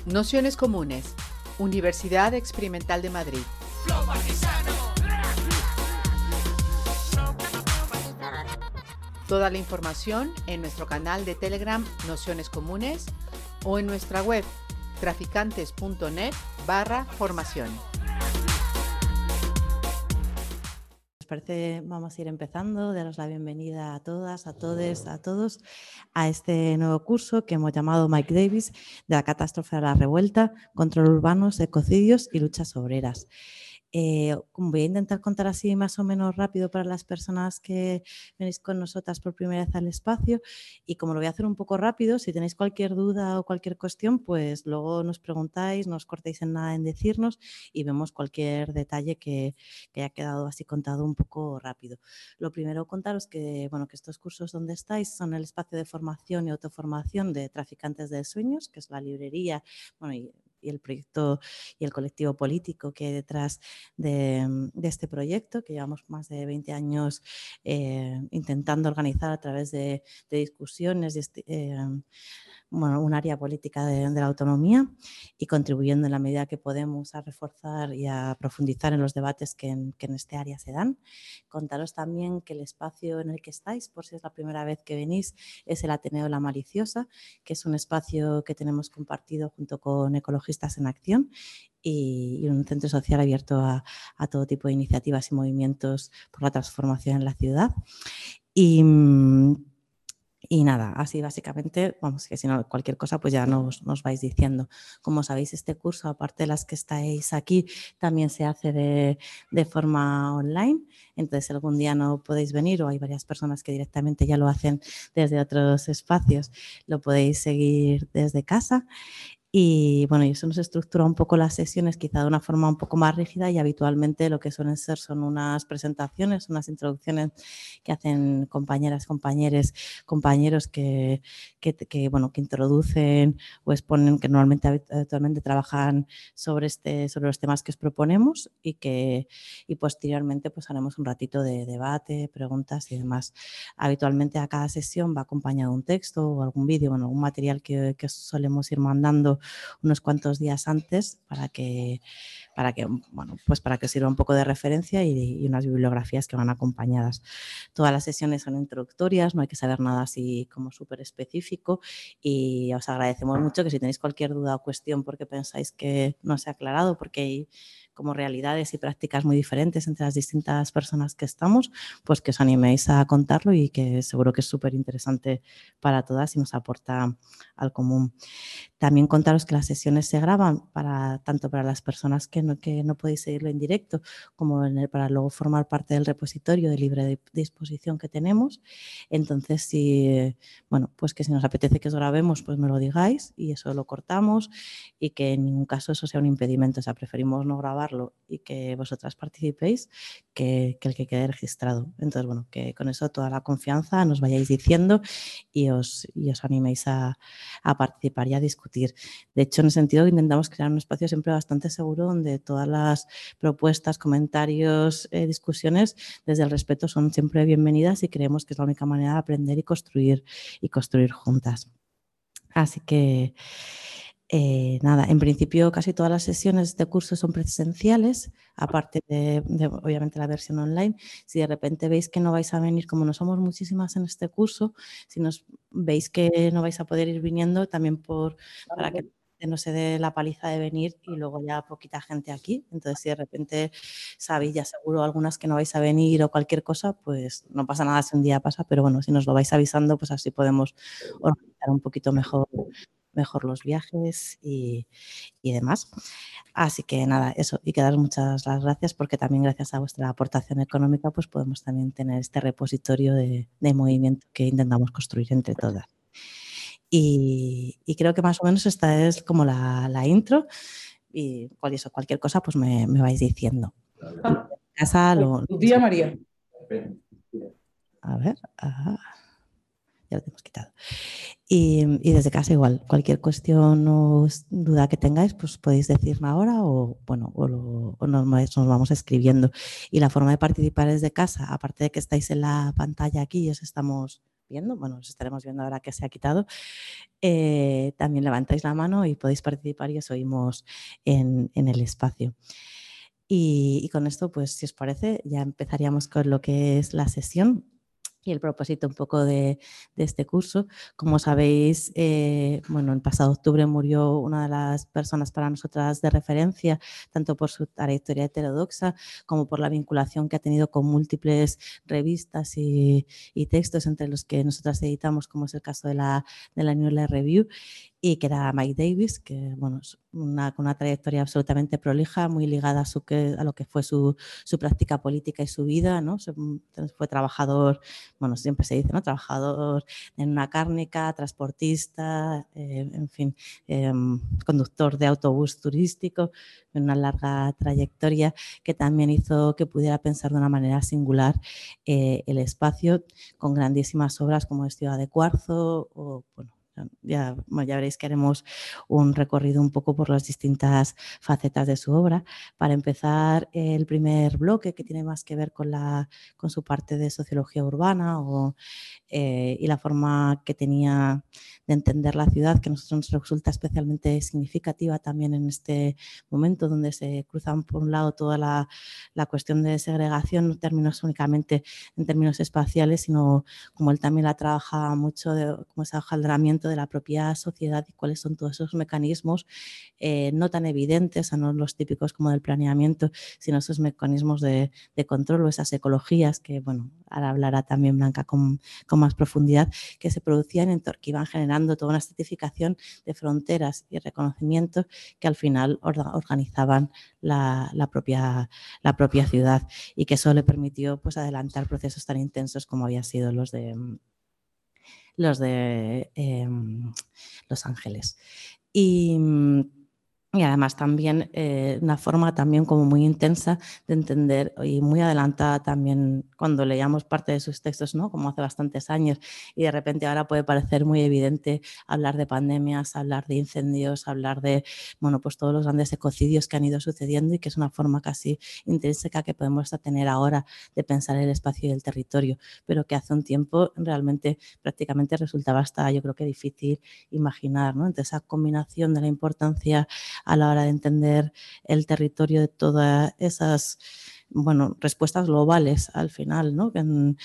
Nociones Comunes, Universidad Experimental de Madrid. Toda la información en nuestro canal de Telegram Nociones Comunes o en nuestra web traficantes.net/formación. ¿Os parece? Vamos a ir empezando. Daros la bienvenida a todas, a todes, a todos a este nuevo curso que hemos llamado Mike Davis, de la catástrofe a la revuelta, control urbanos, ecocidios y luchas obreras. Voy a intentar contar así más o menos rápido para las personas que venís con nosotras por primera vez al espacio, y como lo voy a hacer un poco rápido, si tenéis cualquier duda o cualquier cuestión, pues luego nos preguntáis, no os cortéis en nada en decirnos y vemos cualquier detalle que haya quedado así contado un poco rápido. Lo primero, contaros que, que estos cursos donde estáis son el espacio de formación y autoformación de Traficantes de Sueños, que es la librería, y el proyecto y el colectivo político que hay detrás de este proyecto, que llevamos más de 20 años intentando organizar a través de discusiones, un área política de la autonomía, y contribuyendo en la medida que podemos a reforzar y a profundizar en los debates que en este área se dan. Contaros también que el espacio en el que estáis, por si es la primera vez que venís, es el Ateneo La Maliciosa, que es un espacio que tenemos compartido junto con Ecologistas en Acción y un centro social abierto a todo tipo de iniciativas y movimientos por la transformación en la ciudad. Y nada, así básicamente, que si no, cualquier cosa pues ya nos vais diciendo. Como sabéis, este curso, aparte de las que estáis aquí, también se hace de forma online. Entonces, si algún día no podéis venir, o hay varias personas que directamente ya lo hacen desde otros espacios, lo podéis seguir desde casa. Y eso nos estructura un poco las sesiones, quizá de una forma un poco más rígida, y habitualmente lo que suelen ser son unas presentaciones, unas introducciones que hacen compañeras, compañeros que introducen o exponen, que normalmente habitualmente trabajan sobre los temas que os proponemos, y posteriormente pues haremos un ratito de debate, preguntas y demás. Habitualmente a cada sesión va acompañado un texto o algún vídeo, algún material que solemos ir mandando unos cuantos días antes para que sirva un poco de referencia, y unas bibliografías que van acompañadas. Todas las sesiones son introductorias, no hay que saber nada así como súper específico, y os agradecemos mucho que si tenéis cualquier duda o cuestión porque pensáis que no se ha aclarado, porque hay como realidades y prácticas muy diferentes entre las distintas personas que estamos, pues que os animéis a contarlo, y que seguro que es súper interesante para todas y nos aporta al común. También contaros que las sesiones se graban tanto para las personas que no podéis seguirlo en directo, como para luego formar parte del repositorio de libre disposición que tenemos. Entonces, pues que si nos apetece que os grabemos, pues me lo digáis y eso lo cortamos, y que en ningún caso eso sea un impedimento. O sea, preferimos no grabarlo y que vosotras participéis que el que quede registrado. Entonces, que con eso toda la confianza nos vayáis diciendo y os animéis a participar y a discutir. De hecho, en ese sentido, intentamos crear un espacio siempre bastante seguro, donde todas las propuestas, comentarios, discusiones desde el respeto son siempre bienvenidas, y creemos que es la única manera de aprender y construir juntas. Así que nada, en principio casi todas las sesiones de este curso son presenciales, aparte de obviamente la versión online. Si de repente veis que no vais a venir, como no somos muchísimas en este curso, si veis que no vais a poder ir viniendo, también para que no se dé la paliza de venir y luego ya poquita gente aquí. Entonces, si de repente sabéis ya seguro algunas que no vais a venir o cualquier cosa, pues no pasa nada si un día pasa, pero si nos lo vais avisando, pues así podemos organizar un poquito mejor los viajes y demás. Así que nada, eso, y que daros muchas las gracias, porque también gracias a vuestra aportación económica pues podemos también tener este repositorio de movimiento que intentamos construir entre todas. Y creo que más o menos esta es como la intro, y cualquier cosa pues me vais diciendo. Tu tía María. A ver, ya lo tenemos quitado. Y desde casa igual, cualquier cuestión o duda que tengáis, pues podéis decirme ahora, o nos vamos escribiendo. Y la forma de participar desde casa, aparte de que estáis en la pantalla aquí y os estamos viendo, bueno, os estaremos viendo ahora que se ha quitado, también levantáis la mano y podéis participar y os oímos en el espacio. Y con esto, pues si os parece, ya empezaríamos con lo que es la sesión y el propósito un poco de este curso. Como sabéis, bueno, el pasado octubre murió una de las personas para nosotras de referencia, tanto por su trayectoria heterodoxa como por la vinculación que ha tenido con múltiples revistas y textos, entre los que nosotras editamos, como es el caso de la New York Review, y que era Mike Davis, que bueno, es con una trayectoria absolutamente prolija, muy ligada a lo que fue su práctica política y su vida, ¿no? Fue trabajador, bueno, siempre se dice, ¿no? Trabajador en una cárnica, transportista, en fin, conductor de autobús turístico, en una larga trayectoria que también hizo que pudiera pensar de una manera singular el espacio, con grandísimas obras como Ciudad de Cuarzo o, bueno, ya veréis que haremos un recorrido un poco por las distintas facetas de su obra. Para empezar, el primer bloque, que tiene más que ver con su parte de sociología urbana y la forma que tenía de entender la ciudad, que a nosotros nos resulta especialmente significativa también en este momento, donde se cruzan por un lado toda la cuestión de segregación, no términos únicamente en términos espaciales, sino como él también la trabaja mucho, como ese ajaldramiento de la propia sociedad y cuáles son todos esos mecanismos no tan evidentes, no los típicos como del planeamiento, sino esos mecanismos de control o esas ecologías que, bueno, ahora hablará también Blanca con más profundidad, que se producían que iban generando toda una estratificación de fronteras y reconocimientos que al final organizaban la propia ciudad, y que eso le permitió, pues, adelantar procesos tan intensos como habían sido los de Los Ángeles. Y además también una forma también como muy intensa de entender y muy adelantada también cuando leíamos parte de sus textos, ¿no? Como hace bastantes años, y de repente ahora puede parecer muy evidente hablar de pandemias, hablar de incendios, hablar de, bueno, pues todos los grandes ecocidios que han ido sucediendo, y que es una forma casi intrínseca que podemos tener ahora de pensar el espacio y el territorio, pero que hace un tiempo realmente prácticamente resultaba hasta, yo creo que difícil imaginar, ¿no? Entonces, esa combinación de la importancia a la hora de entender el territorio de todas esas, bueno, respuestas globales al final, ¿no?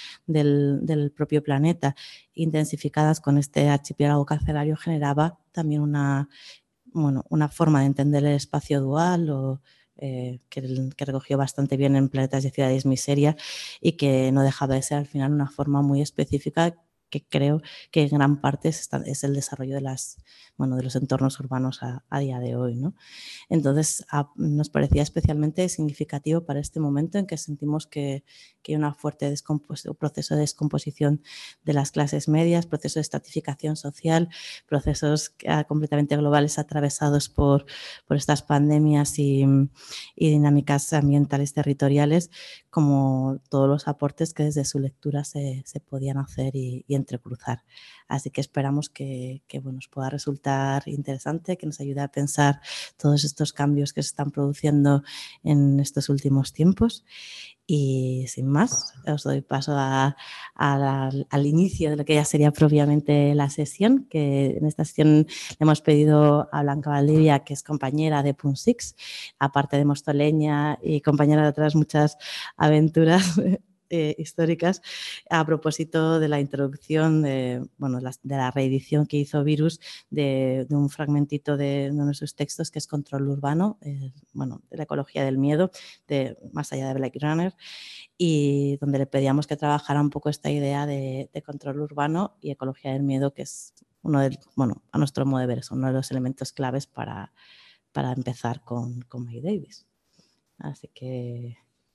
del propio planeta, intensificadas con este archipiélago carcelario, generaba también una forma de entender el espacio dual que recogió bastante bien en Planetas de Ciudades Miseria, y que no dejaba de ser al final una forma muy específica que creo que en gran parte es el desarrollo de los entornos urbanos a día de hoy, ¿no? Entonces, nos parecía especialmente significativo para este momento en que sentimos que hay un fuerte proceso de descomposición de las clases medias, proceso de estratificación social, procesos completamente globales atravesados por estas pandemias y dinámicas ambientales territoriales, como todos los aportes que desde su lectura se podían hacer y entrecruzar. Así que esperamos que os pueda resultar interesante, que nos ayude a pensar todos estos cambios que se están produciendo en estos últimos tiempos. Y sin más, os doy paso al inicio de lo que ya sería propiamente la sesión, que en esta sesión le hemos pedido a Blanca Valdivia, que es compañera de Punsix, aparte de mostoleña y compañera de otras muchas aventuras históricas, a propósito de la introducción de la reedición que hizo Virus de un fragmentito de uno de sus textos, que es Control Urbano, de la ecología del miedo, más allá de Blade Runner, y donde le pedíamos que trabajara un poco esta idea de control urbano y ecología del miedo, que es a nuestro modo de ver, es uno de los elementos claves para empezar con Mike Davis. Así que...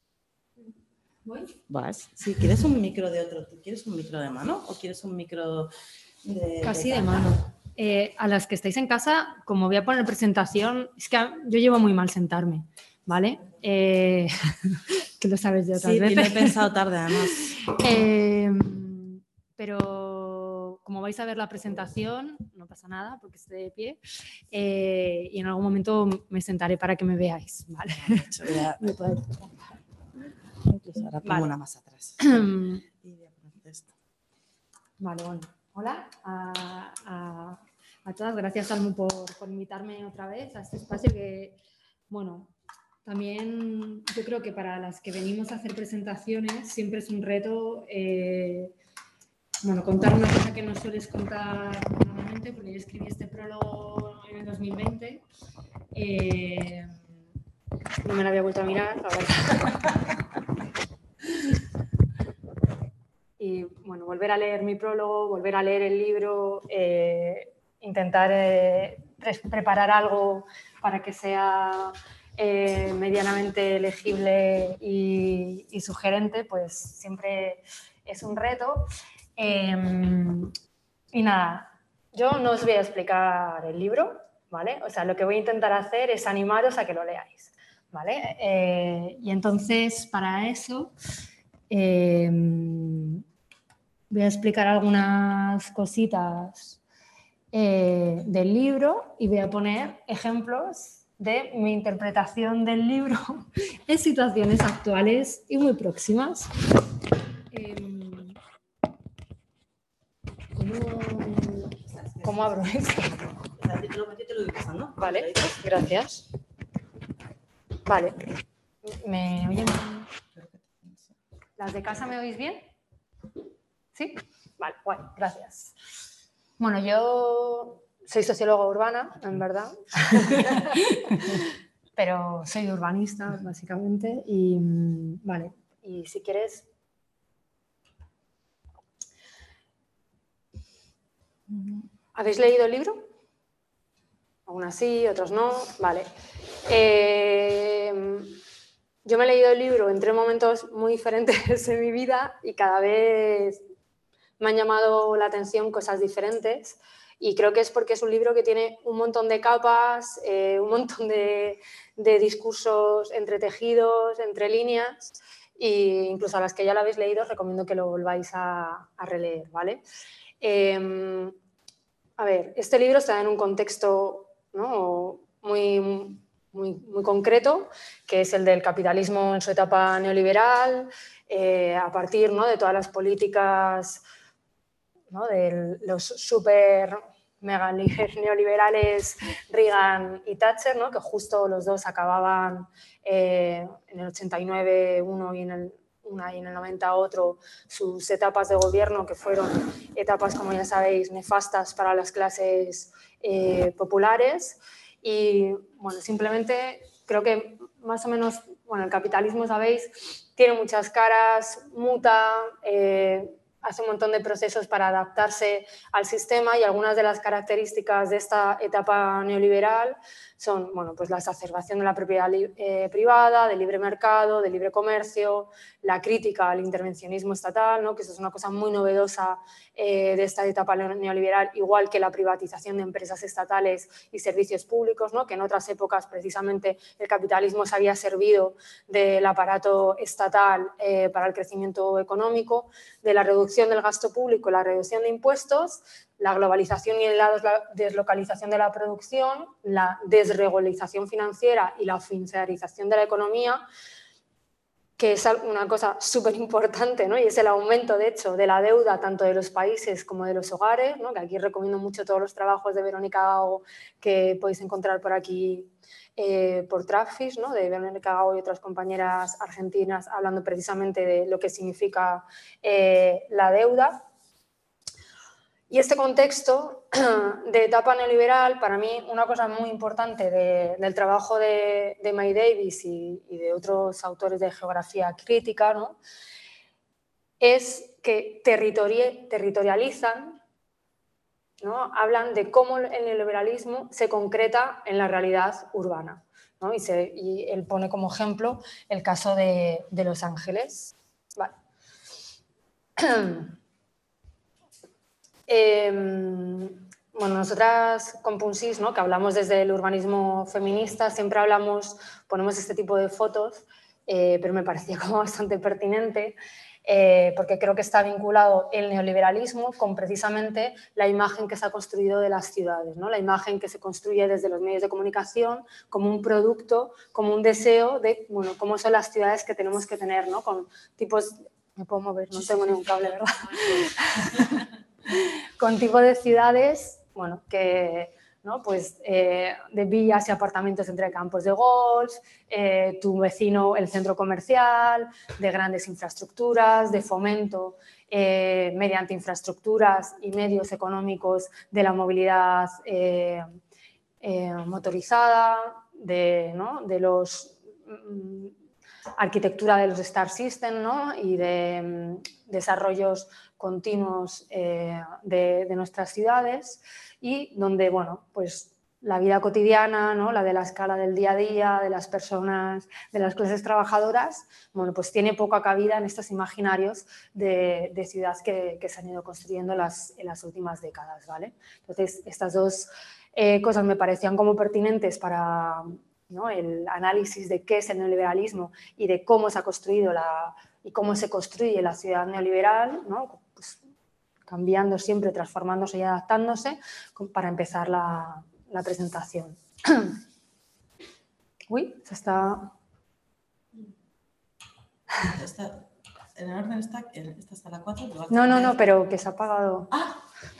¿Vas? Si quieres un micro de otro, ¿tú quieres un micro de mano o quieres un micro casi de mano? A las que estáis en casa, como voy a poner presentación, es que yo llevo muy mal sentarme, ¿vale? Que lo sabes de otras veces. Sí, lo he pensado tarde además. Pero como vais a ver la presentación, no pasa nada porque estoy de pie, y en algún momento me sentaré para que me veáis, ¿vale? Incluso ahora pongo una más atrás. Vale, bueno. Hola a todas. Gracias, Salmo, por invitarme otra vez a este espacio que, bueno, también yo creo que para las que venimos a hacer presentaciones siempre es un reto, bueno, contar una cosa que no sueles contar normalmente, porque yo escribí este prólogo en el 2020. No me lo había vuelto a mirar, la verdad. Y bueno, volver a leer mi prólogo, volver a leer el libro, intentar preparar algo para que sea medianamente legible y sugerente, pues siempre es un reto. Y nada, yo no os voy a explicar el libro, ¿vale? O sea, lo que voy a intentar hacer es animaros a que lo leáis, ¿vale? Y entonces, para eso... voy a explicar algunas cositas del libro y voy a poner ejemplos de mi interpretación del libro en situaciones actuales y muy próximas. ¿Cómo abro esto? Vale, gracias. Vale. ¿Me oyen? ¿Las de casa me oís bien? ¿Sí? Vale, guay, gracias. Bueno, yo soy socióloga urbana, en verdad, pero soy urbanista, básicamente, y vale, y si quieres... ¿Habéis leído el libro? Algunas sí, otros no, vale. Yo me he leído el libro en 3 momentos muy diferentes de mi vida y cada vez me han llamado la atención cosas diferentes y creo que es porque es un libro que tiene un montón de capas, un montón de discursos entretejidos, entre líneas, e incluso a las que ya lo habéis leído os recomiendo que lo volváis a releer, ¿vale? A ver, este libro está en un contexto, ¿no?, muy concreto, que es el del capitalismo en su etapa neoliberal, a partir, ¿no?, de todas las políticas, ¿no?, de los súper mega neoliberales Reagan y Thatcher, ¿no?, que justo los dos acababan en el 89 uno y en el 90 otro sus etapas de gobierno, que fueron etapas, como ya sabéis, nefastas para las clases populares. Y bueno, simplemente creo que más o menos, bueno, el capitalismo, sabéis, tiene muchas caras, muta, hace un montón de procesos para adaptarse al sistema y algunas de las características de esta etapa neoliberal son, bueno, pues la exacerbación de la propiedad privada, del libre mercado, del libre comercio, la crítica al intervencionismo estatal, ¿no?, que eso es una cosa muy novedosa de esta etapa neoliberal, igual que la privatización de empresas estatales y servicios públicos, ¿no?, que en otras épocas precisamente el capitalismo se había servido del aparato estatal para el crecimiento económico, de la reducción del gasto público, la reducción de impuestos, la globalización y la deslocalización de la producción, la desregularización financiera y la financiarización de la economía, que es una cosa súper importante, ¿no?, y es el aumento, de hecho, de la deuda tanto de los países como de los hogares, ¿no?, que aquí recomiendo mucho todos los trabajos de Verónica Gago que podéis encontrar por aquí por Traffish, ¿no?, de Verónica Gago y otras compañeras argentinas hablando precisamente de lo que significa la deuda. Y este contexto de etapa neoliberal, para mí, una cosa muy importante del trabajo de May Davis y de otros autores de geografía crítica, ¿no?, es que territorializan, ¿no?, hablan de cómo el neoliberalismo se concreta en la realidad urbana, ¿no?, y él pone como ejemplo el caso de Los Ángeles. Vale. Bueno, nosotras con Punsis, ¿no?, que hablamos desde el urbanismo feminista, siempre ponemos este tipo de fotos, pero me parecía como bastante pertinente porque creo que está vinculado el neoliberalismo con precisamente la imagen que se ha construido de las ciudades, ¿no?, la imagen que se construye desde los medios de comunicación como un producto, como un deseo de, bueno, cómo son las ciudades que tenemos que tener, ¿no?, con tipos... ¿Me puedo mover? No tengo ningún cable, ¿verdad? con tipo de ciudades, bueno, que, ¿no? Pues, de villas y apartamentos entre campos de golf, tu vecino, el centro comercial, de grandes infraestructuras, de fomento mediante infraestructuras y medios económicos de la movilidad motorizada, de los arquitectura de los Star System, ¿no? Y de desarrollos continuos de nuestras ciudades, y donde, bueno, pues la vida cotidiana, ¿no? La de la escala del día a día, de las personas, de las clases trabajadoras, bueno, pues tiene poca cabida en estos imaginarios de ciudad que se han ido construyendo en las últimas décadas, ¿vale? Entonces, estas dos cosas me parecían como pertinentes para, ¿no? El análisis de qué es el neoliberalismo y de cómo se ha construido y cómo se construye la ciudad neoliberal, ¿no? Pues cambiando siempre, transformándose y adaptándose, para empezar la presentación. Uy, se está... En el orden está hasta la 4. No, pero que se ha apagado. ¡Ah!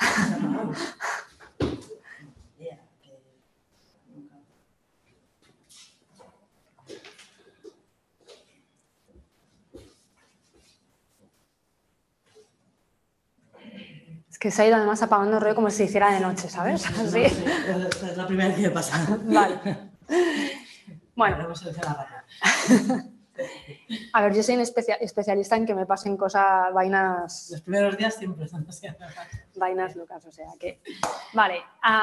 Es que se ha ido además apagando el rollo como si se hiciera de noche, ¿sabes? Así. Esta es la primera vez que me pasa. Vale. Bueno. A ver, yo soy un especialista en que me pasen cosas, vainas... Los primeros días siempre están así. Vainas locas, o sea que... Vale.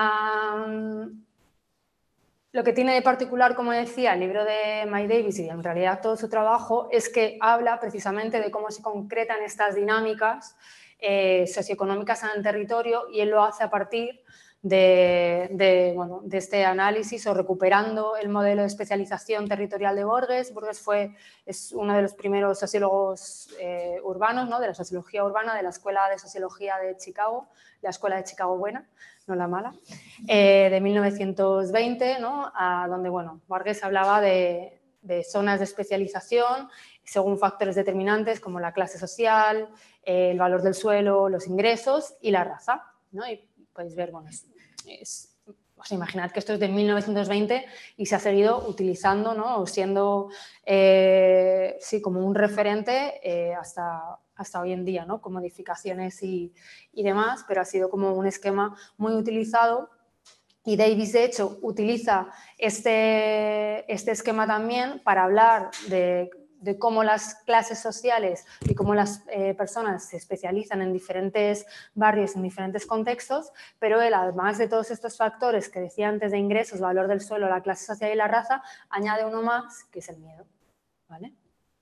Lo que tiene de particular, como decía, el libro de Mike Davis y en realidad todo su trabajo es que habla precisamente de cómo se concretan estas dinámicas socioeconómicas en el territorio, y él lo hace a partir de este análisis, o recuperando el modelo de especialización territorial de Borges. Borges es uno de los primeros sociólogos urbanos, ¿no? De la sociología urbana, de la Escuela de Sociología de Chicago, la Escuela de Chicago buena, no la mala, de 1920, ¿no? Donde, bueno, Borges hablaba de zonas de especialización según factores determinantes como la clase social, el valor del suelo, los ingresos y la raza, ¿no? Y podéis ver, bueno, imaginad que esto es de 1920 y se ha seguido utilizando, ¿no? O siendo, sí, como un referente hasta hoy en día, ¿no? Con modificaciones y demás, pero ha sido como un esquema muy utilizado. Y Davis, de hecho, utiliza este esquema también para hablar de cómo las clases sociales y cómo las personas se especializan en diferentes barrios, en diferentes contextos, pero él, además de todos estos factores que decía antes de ingresos, valor del suelo, la clase social y la raza, añade uno más, que es el miedo, ¿vale?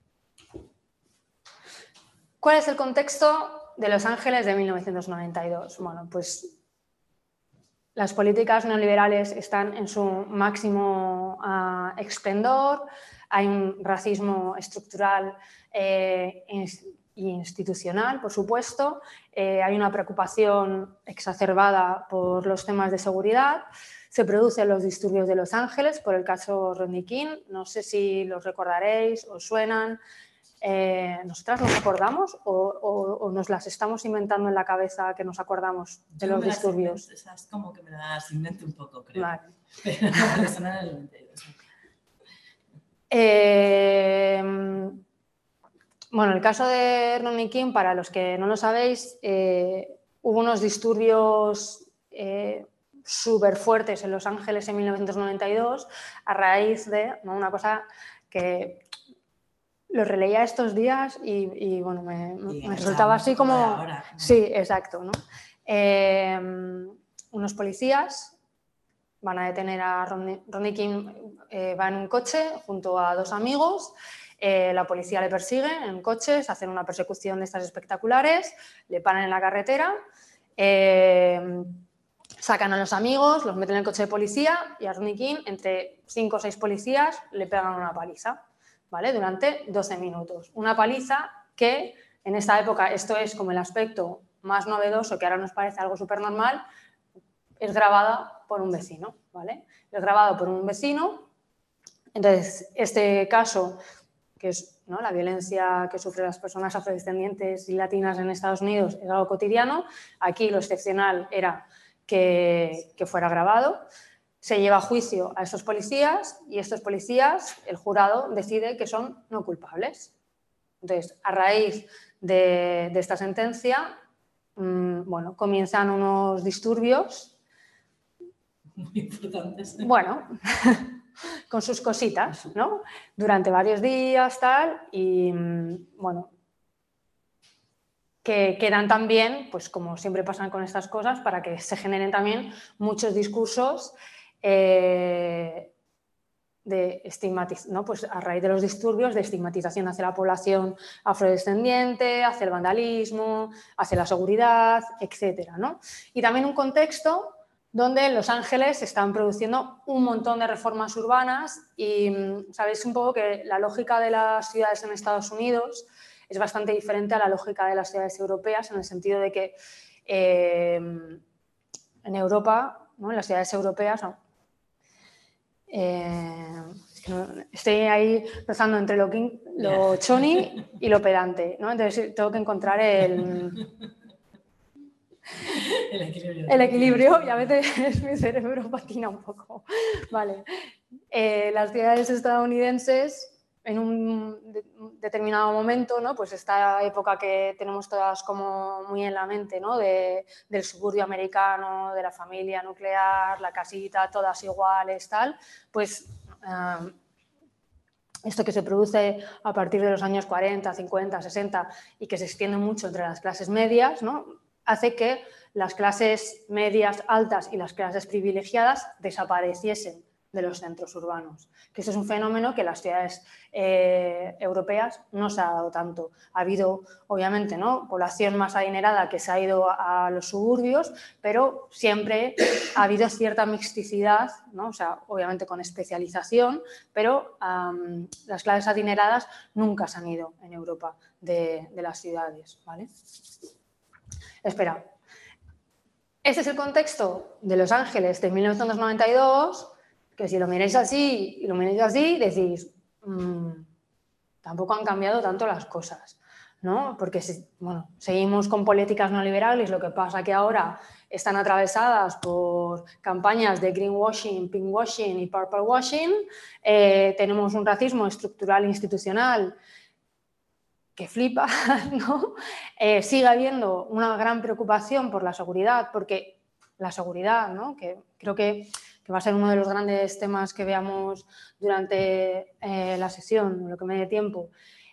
¿Cuál es el contexto de Los Ángeles de 1992? Bueno, pues las políticas neoliberales están en su máximo esplendor, hay un racismo estructural e institucional, por supuesto, hay una preocupación exacerbada por los temas de seguridad, se producen los disturbios de Los Ángeles por el caso Rodney King, no sé si los recordaréis, os suenan. ¿Nosotras nos acordamos o nos las estamos inventando en la cabeza que nos acordamos de los disturbios? Es como que me las invento un poco, creo. Vale. Pero no, son en el 92. Bueno, el caso de Rodney King, para los que no lo sabéis, hubo unos disturbios súper fuertes en Los Ángeles en 1992 a raíz de, ¿no? Una cosa que lo releía estos días y bueno, me resultaba así como... Ahora, ¿no? Sí, exacto, ¿no? Unos policías van a detener a Rodney King, va en un coche junto a dos amigos, la policía le persigue en coches, hacen una persecución de estas espectaculares, le paran en la carretera, sacan a los amigos, los meten en el coche de policía y a Rodney King, entre 5 o 6 policías, le pegan una paliza, ¿vale? Durante 12 minutos. Una paliza que en esta época, esto es como el aspecto más novedoso, que ahora nos parece algo súper normal, es grabada por un vecino, ¿vale? Es grabado por un vecino. Entonces, este caso que es, ¿no?, la violencia que sufren las personas afrodescendientes y latinas en Estados Unidos, es algo cotidiano. Aquí lo excepcional era que fuera grabado. Se lleva a juicio a estos policías y estos policías, el jurado decide que son no culpables. Entonces, a raíz de esta sentencia, bueno, comienzan unos disturbios. Muy importantes. Bueno, con sus cositas, ¿no? Durante varios días, tal, y bueno, que quedan también, pues como siempre pasan con estas cosas, para que se generen también muchos discursos ¿no? Pues a raíz de los disturbios, de estigmatización hacia la población afrodescendiente, hacia el vandalismo, hacia la seguridad, etcétera, ¿no? Y también un contexto donde en Los Ángeles se están produciendo un montón de reformas urbanas y sabéis un poco que la lógica de las ciudades en Estados Unidos es bastante diferente a la lógica de las ciudades europeas, en el sentido de que en Europa, ¿no?, en las ciudades europeas, no, estoy ahí rozando entre lo choni y lo pedante, ¿no? Entonces tengo que encontrar el equilibrio y a veces mi cerebro patina un poco. Vale. Las ciudades estadounidenses, en un determinado momento, ¿no?, pues esta época que tenemos todas como muy en la mente, ¿no?, del suburbio americano, de la familia nuclear, la casita, todas iguales, tal, pues esto que se produce a partir de los años 40, 50, 60 y que se extiende mucho entre las clases medias, ¿no?, hace que las clases medias altas y las clases privilegiadas desapareciesen de los centros urbanos. Que eso es un fenómeno que en las ciudades europeas no se ha dado tanto. Ha habido, obviamente, ¿no?, población más adinerada que se ha ido a los suburbios, pero siempre ha habido cierta mixticidad, ¿no? O sea, obviamente con especialización, pero las clases adineradas nunca se han ido en Europa de las ciudades, ¿vale? Espera. Este es el contexto de Los Ángeles de 1992, que si lo miráis así y lo miráis así, decís, tampoco han cambiado tanto las cosas, ¿no? Porque, bueno, seguimos con políticas neoliberales, lo que pasa que ahora están atravesadas por campañas de greenwashing, pinkwashing y purplewashing. Tenemos un racismo estructural e institucional que flipa, ¿no? Sigue habiendo una gran preocupación por la seguridad, porque la seguridad, ¿no?, que creo que va a ser uno de los grandes temas que veamos durante la sesión, lo que me dé tiempo,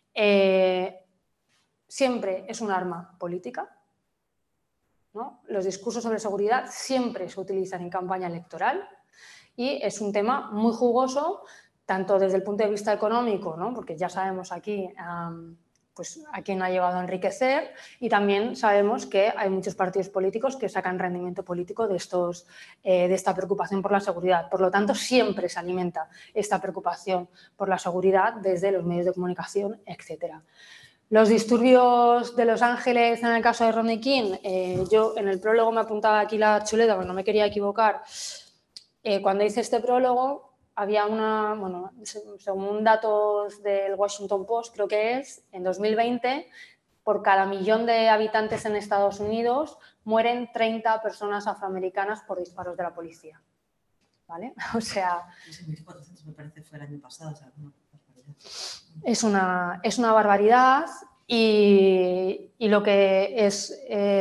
siempre es un arma política, ¿no? Los discursos sobre seguridad siempre se utilizan en campaña electoral y es un tema muy jugoso, tanto desde el punto de vista económico, ¿no?, porque ya sabemos aquí pues a quién ha llegado a enriquecer, y también sabemos que hay muchos partidos políticos que sacan rendimiento político de esta preocupación por la seguridad. Por lo tanto, siempre se alimenta esta preocupación por la seguridad desde los medios de comunicación, etcétera. Los disturbios de Los Ángeles en el caso de Rodney King, yo en el prólogo me apuntaba aquí la chuleta porque no me quería equivocar. Cuando hice este prólogo había bueno, según datos del Washington Post, creo que es, en 2020, por cada 1.000.000 de habitantes en Estados Unidos, mueren 30 personas afroamericanas por disparos de la policía. ¿Vale? O sea... 1.400 me parece fue el año pasado, o sea, una barbaridad. Es una barbaridad y lo que es...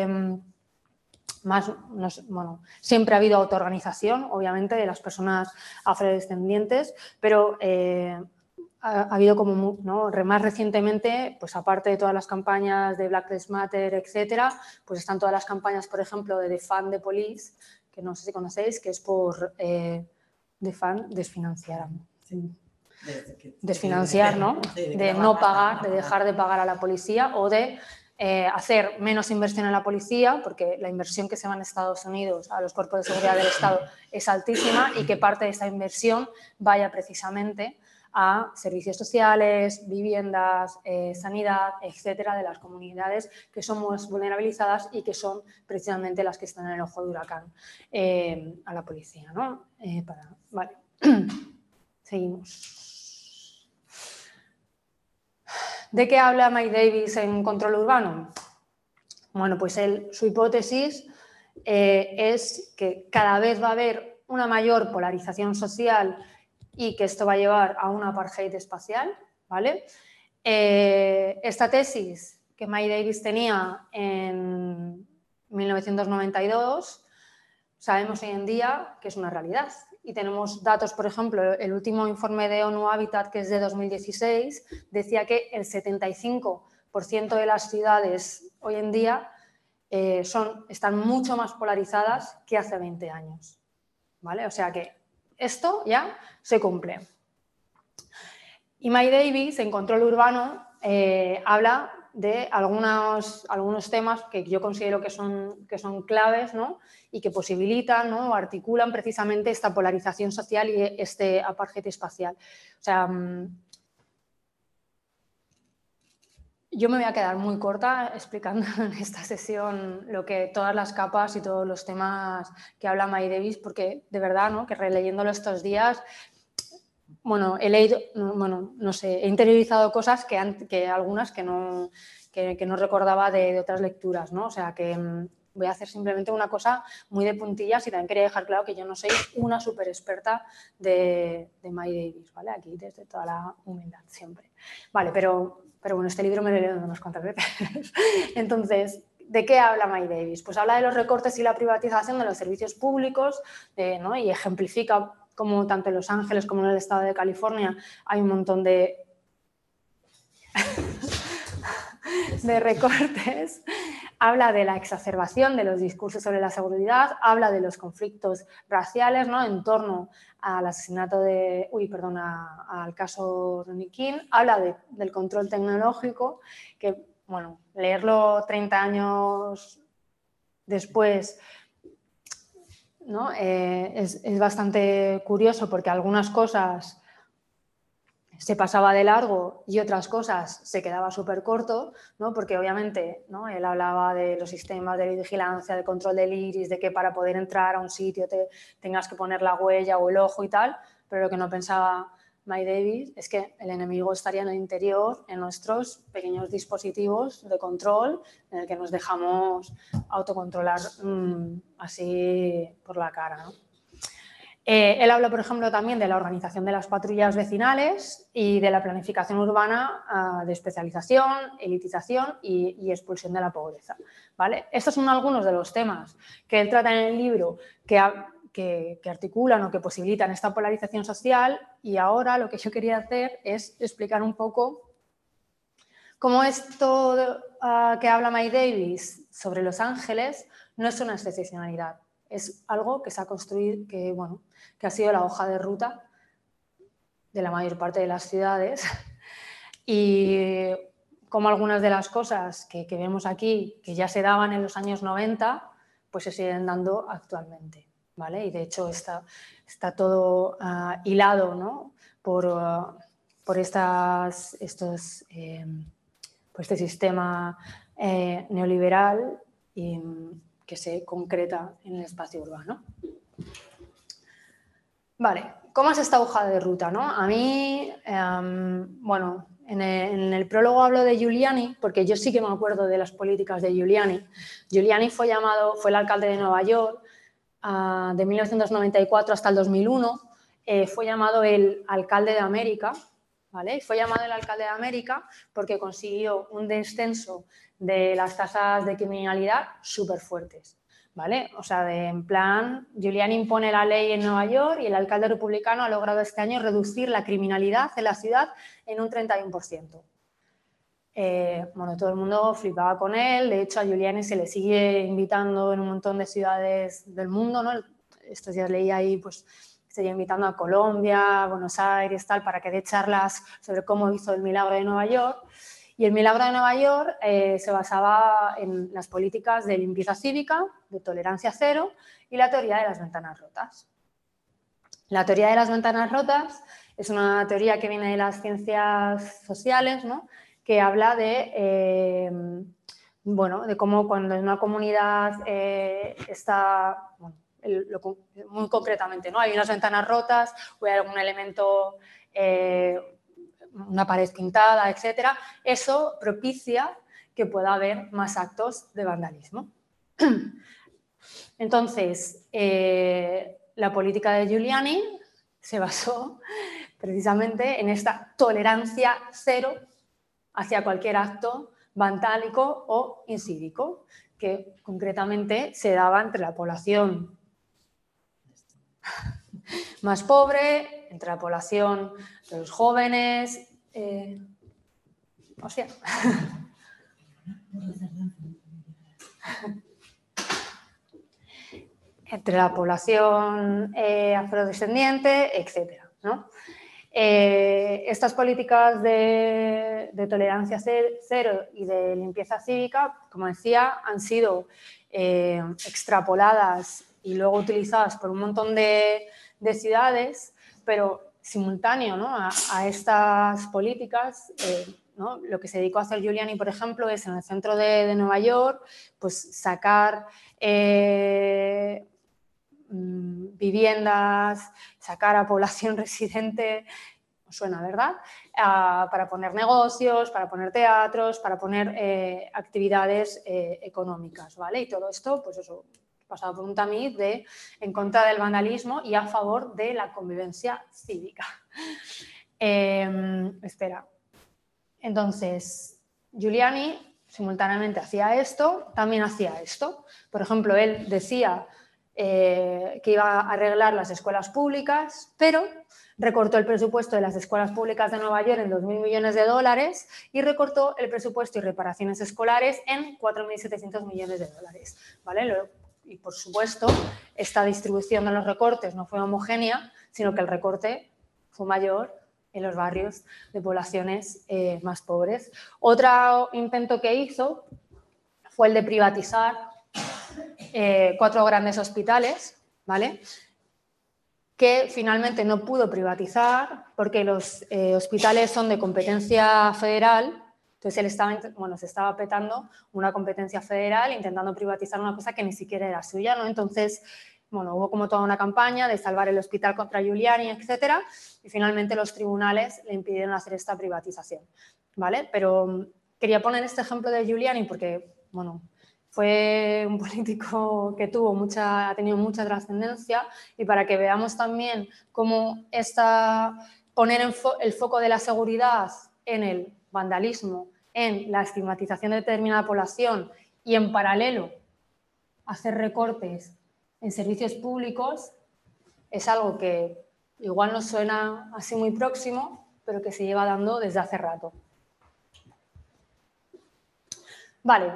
bueno, siempre ha habido autoorganización, obviamente, de las personas afrodescendientes, pero ha habido como, ¿no?, más recientemente, pues aparte de todas las campañas de Black Lives Matter, etcétera, pues están todas las campañas, por ejemplo, de Defund the Police, que no sé si conocéis, que es por desfinanciar. Desfinanciar, ¿no? De no pagar, de dejar de pagar a la policía o de hacer menos inversión en la policía, porque la inversión que se va en Estados Unidos a los cuerpos de seguridad del Estado es altísima y que parte de esa inversión vaya precisamente a servicios sociales, viviendas, sanidad, etcétera, de las comunidades que son más vulnerabilizadas y que son precisamente las que están en el ojo de huracán a la policía, ¿no? Vale. Seguimos. ¿De qué habla Mike Davis en Control Urbano? Bueno, pues su hipótesis es que cada vez va a haber una mayor polarización social y que esto va a llevar a un apartheid espacial, ¿vale? Esta tesis que Mike Davis tenía en 1992, sabemos hoy en día que es una realidad. Y tenemos datos, por ejemplo, el último informe de ONU Habitat, que es de 2016, decía que el 75% de las ciudades hoy en día están mucho más polarizadas que hace 20 años, ¿vale? O sea que esto ya se cumple. Y Mike Davis, en Control Urbano, habla de algunos temas que yo considero que son claves, ¿no? Y que posibilitan, ¿no? O articulan precisamente esta polarización social y este apartheid espacial. O sea, yo me voy a quedar muy corta explicando en esta sesión todas las capas y todos los temas que habla Mike Davis, porque de verdad, ¿no? Que releyéndolo estos días, bueno, he leído, bueno, no sé, he interiorizado cosas que algunas que no recordaba de otras lecturas, ¿no? O sea, que voy a hacer simplemente una cosa muy de puntillas y también quería dejar claro que yo no soy una súper experta de Mike Davis, ¿vale? Aquí desde toda la humildad siempre. Vale, pero bueno, este libro me lo he leído unas cuantas veces. Entonces, ¿de qué habla Mike Davis? Pues habla de los recortes y la privatización de los servicios públicos, ¿no? Y ejemplifica como tanto en Los Ángeles como en el estado de California hay un montón de recortes. Habla de la exacerbación de los discursos sobre la seguridad, habla de los conflictos raciales, ¿no? En torno al asesinato al caso Rodney King, habla del control tecnológico, que, bueno, leerlo 30 años después, ¿no? Es bastante curioso porque algunas cosas se pasaba de largo y otras cosas se quedaba súper corto, ¿no? Porque obviamente, ¿no? Él hablaba de los sistemas de vigilancia, de control del iris, de que para poder entrar a un sitio tengas que poner la huella o el ojo y tal, pero lo que no pensaba Mike Davis es que el enemigo estaría en el interior, en nuestros pequeños dispositivos de control en el que nos dejamos autocontrolar así por la cara, ¿no? Él habla, por ejemplo, también de la organización de las patrullas vecinales y de la planificación urbana de especialización, elitización y expulsión de la pobreza, ¿vale? Estos son algunos de los temas que él trata en el libro que articulan o que posibilitan esta polarización social, y ahora lo que yo quería hacer es explicar un poco cómo esto que habla Mike Davis sobre Los Ángeles no es una excepcionalidad. Es algo que se ha construido, que ha sido la hoja de ruta de la mayor parte de las ciudades, y como algunas de las cosas que vemos aquí, que ya se daban en los años 90, pues se siguen dando actualmente, ¿vale? Y de hecho está todo hilado, ¿no? por este sistema neoliberal que se concreta en el espacio urbano. Vale, ¿cómo es esta hoja de ruta, no? A mí, bueno, en el prólogo hablo de Giuliani, porque yo sí que me acuerdo de las políticas de Giuliani. Giuliani fue el alcalde de Nueva York de 1994 hasta el 2001. Fue llamado el alcalde de América, ¿vale? Fue llamado el alcalde de América porque consiguió un descenso de las tasas de criminalidad súper fuertes, ¿vale? O sea, en plan, Giuliani impone la ley en Nueva York y el alcalde republicano ha logrado este año reducir la criminalidad en la ciudad en un 31%. Bueno, todo el mundo flipaba con él. De hecho, a Giuliani se le sigue invitando en un montón de ciudades del mundo, ¿no? Estos días leí ahí, pues, estaría invitando a Colombia, a Buenos Aires, tal, para que dé charlas sobre cómo hizo el milagro de Nueva York. Y el milagro de Nueva York se basaba en las políticas de limpieza cívica, de tolerancia cero y la teoría de las ventanas rotas. La teoría de las ventanas rotas es una teoría que viene de las ciencias sociales, ¿no? Que habla de cómo cuando en una comunidad está, bueno, muy concretamente, ¿no? Hay unas ventanas rotas o hay algún elemento una pared pintada, etcétera, eso propicia que pueda haber más actos de vandalismo. Entonces, la política de Giuliani se basó precisamente en esta tolerancia cero hacia cualquier acto vandálico o incívico, que concretamente se daba entre la población más pobre, entre la población de los jóvenes, entre la población afrodescendiente, etcétera, ¿no? Estas políticas de tolerancia cero y de limpieza cívica, como decía, han sido extrapoladas y luego utilizadas por un montón de ciudades, pero simultáneo, ¿no?, a estas políticas, ¿no?, lo que se dedicó a hacer Giuliani, por ejemplo, es en el centro de Nueva York, pues sacar viviendas, sacar a población residente, suena, ¿verdad?, para poner negocios, para poner teatros, para poner actividades económicas, ¿vale? Y todo esto, pues eso, pasado por un tamiz de en contra del vandalismo y a favor de la convivencia cívica. Espera. Entonces, Giuliani simultáneamente hacía esto, también hacía esto. Por ejemplo, él decía que iba a arreglar las escuelas públicas, pero recortó el presupuesto de las escuelas públicas de Nueva York en 2.000 millones de dólares y recortó el presupuesto y reparaciones escolares en 4.700 millones de dólares, ¿vale? Y, por supuesto, esta distribución de los recortes no fue homogénea, sino que el recorte fue mayor en los barrios de poblaciones más pobres. Otro intento que hizo fue el de privatizar 4 grandes hospitales, ¿vale?, que finalmente no pudo privatizar porque los hospitales son de competencia federal. Entonces él se estaba petando una competencia federal intentando privatizar una cosa que ni siquiera era suya, ¿no? Entonces, bueno, hubo como toda una campaña de salvar el hospital contra Giuliani, etcétera, y finalmente los tribunales le impidieron hacer esta privatización, ¿vale? Pero quería poner este ejemplo de Giuliani porque, bueno, fue un político que ha tenido mucha trascendencia, y para que veamos también cómo poner el foco de la seguridad en el vandalismo, en la estigmatización de determinada población y en paralelo hacer recortes en servicios públicos es algo que igual nos suena así muy próximo, pero que se lleva dando desde hace rato. Vale.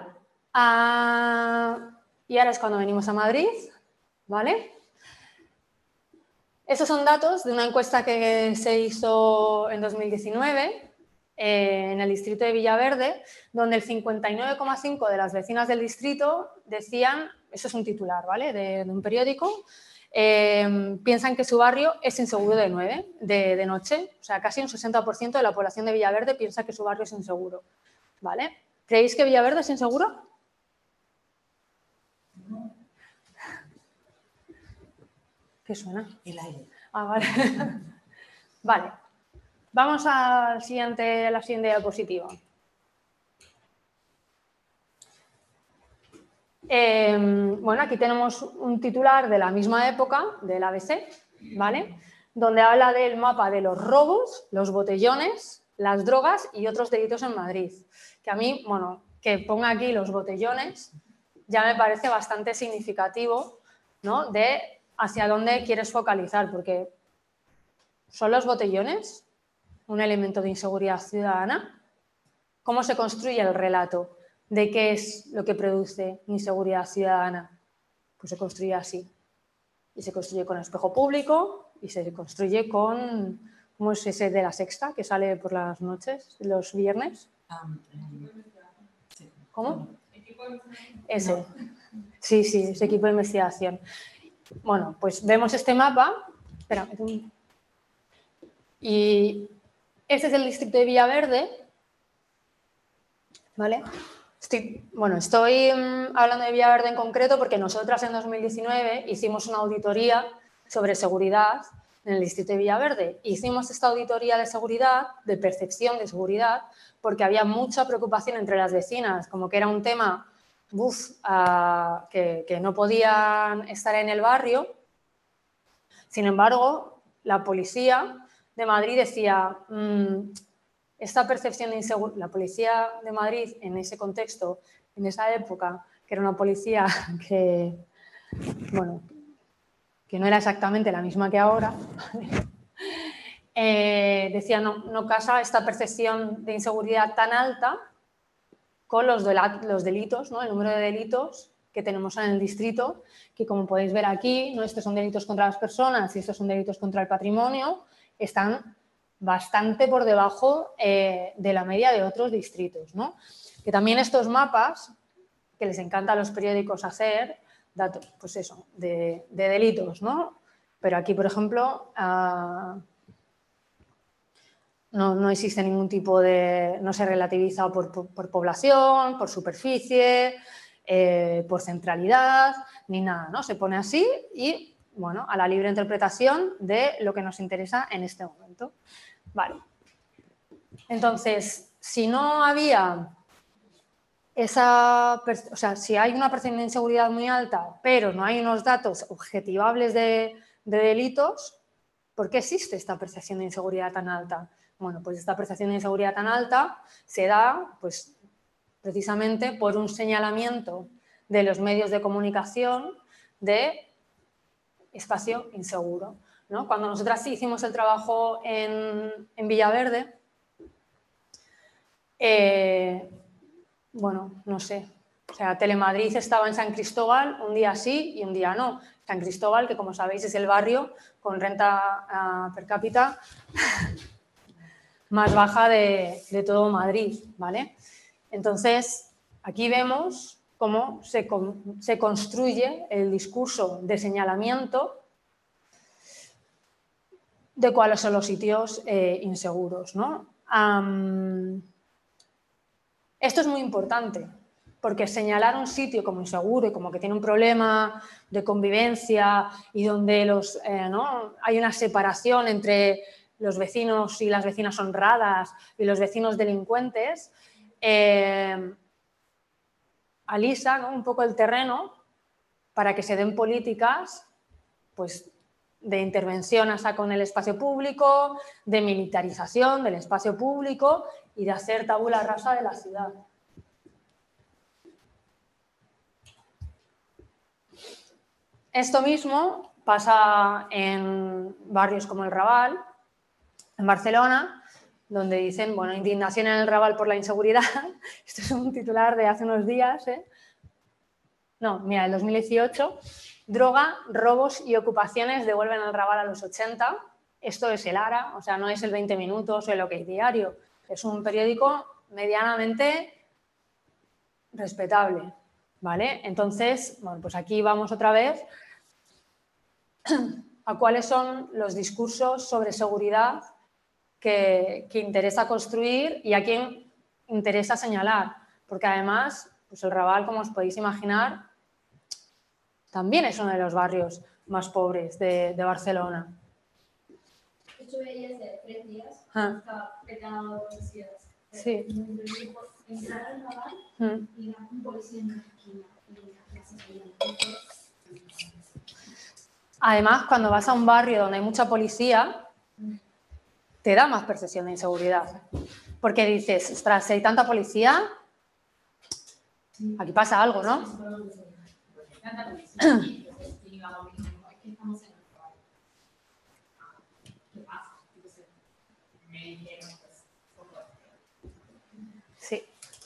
Y ahora es cuando venimos a Madrid, ¿vale? Estos son datos de una encuesta que se hizo en 2019 en el distrito de Villaverde, donde el 59,5% de las vecinas del distrito decían, eso es un titular, ¿vale?, de un periódico, piensan que su barrio es inseguro de noche. O sea, casi un 60% de la población de Villaverde piensa que su barrio es inseguro, ¿vale? ¿Creéis que Villaverde es inseguro? ¿Qué suena? El aire. Ah, vale. Vale. Vamos a la siguiente diapositiva. Bueno, aquí tenemos un titular de la misma época, del ABC, ¿vale?, donde habla del mapa de los robos, los botellones, las drogas y otros delitos en Madrid. Que a mí, bueno, que ponga aquí los botellones ya me parece bastante significativo, ¿no?, de hacia dónde quieres focalizar, porque ¿son los botellones un elemento de inseguridad ciudadana? ¿Cómo se construye el relato de qué es lo que produce inseguridad ciudadana? Pues se construye así. Y se construye con espejo público y se construye con, ¿cómo es ese de La Sexta que sale por las noches, los viernes? ¿Cómo? Ese. Sí, ese equipo de investigación. Bueno, pues vemos este mapa. Espera, y este es el distrito de Villaverde, ¿vale? Estoy hablando de Villaverde en concreto porque nosotras en 2019 hicimos una auditoría sobre seguridad en el distrito de Villaverde. Hicimos esta auditoría de seguridad, de percepción de seguridad, porque había mucha preocupación entre las vecinas, como que era un tema que no podían estar en el barrio. Sin embargo, la policía de Madrid decía, esta percepción de inseguridad, la policía de Madrid en ese contexto, en esa época, que era una policía que, bueno, que no era exactamente la misma que ahora, decía, no casa esta percepción de inseguridad tan alta con los delitos, ¿no? El número de delitos que tenemos en el distrito, que como podéis ver aquí, ¿no? Estos son delitos contra las personas y estos son delitos contra el patrimonio, están bastante por debajo de la media de otros distritos, ¿no? Que también estos mapas, que les encanta a los periódicos hacer, datos, pues eso, de delitos, ¿no? Pero aquí, por ejemplo, no existe ningún tipo de... no se relativiza por población, por superficie, por centralidad, ni nada, ¿no? Se pone así y, bueno, a la libre interpretación de lo que nos interesa en este momento. Vale. Entonces, si no había o sea, si hay una percepción de inseguridad muy alta, pero no hay unos datos objetivables de delitos, ¿por qué existe esta percepción de inseguridad tan alta? Bueno, pues esta percepción de inseguridad tan alta se da, pues, precisamente por un señalamiento de los medios de comunicación de espacio inseguro, ¿no? Cuando nosotras hicimos el trabajo en Villaverde, bueno, no sé, o sea, Telemadrid estaba en San Cristóbal un día sí y un día no. San Cristóbal, que como sabéis es el barrio con renta per cápita más baja de todo Madrid, ¿vale? Entonces, aquí vemos cómo se construye el discurso de señalamiento de cuáles son los sitios inseguros, ¿no? Esto es muy importante, porque señalar un sitio como inseguro y como que tiene un problema de convivencia y donde ¿no? hay una separación entre los vecinos y las vecinas honradas y los vecinos delincuentes, alisa, ¿no? un poco el terreno para que se den políticas pues, de intervención hasta con el espacio público, de militarización del espacio público y de hacer tabula rasa de la ciudad. Esto mismo pasa en barrios como el Raval, en Barcelona, donde dicen, bueno, indignación en el Raval por la inseguridad. Esto es un titular de hace unos días, No, mira, el 2018, droga, robos y ocupaciones devuelven al Raval a los 80. Esto es el ARA, o sea, no es el 20 Minutos o el OK Diario. Es un periódico medianamente respetable, ¿vale? Entonces, bueno, pues aquí vamos otra vez a cuáles son los discursos sobre seguridad que interesa construir y a quién interesa señalar. Porque además, pues el Raval, como os podéis imaginar, también es uno de los barrios más pobres de Barcelona. Yo veía de 3 días, estaba pegado a los días. Sí. Entrar al Raval y un policía en una esquina y las clases. Además, cuando vas a un barrio donde hay mucha policía, te da más percepción de inseguridad. Porque dices, ostras, si hay tanta policía, aquí pasa algo, ¿no? Sí.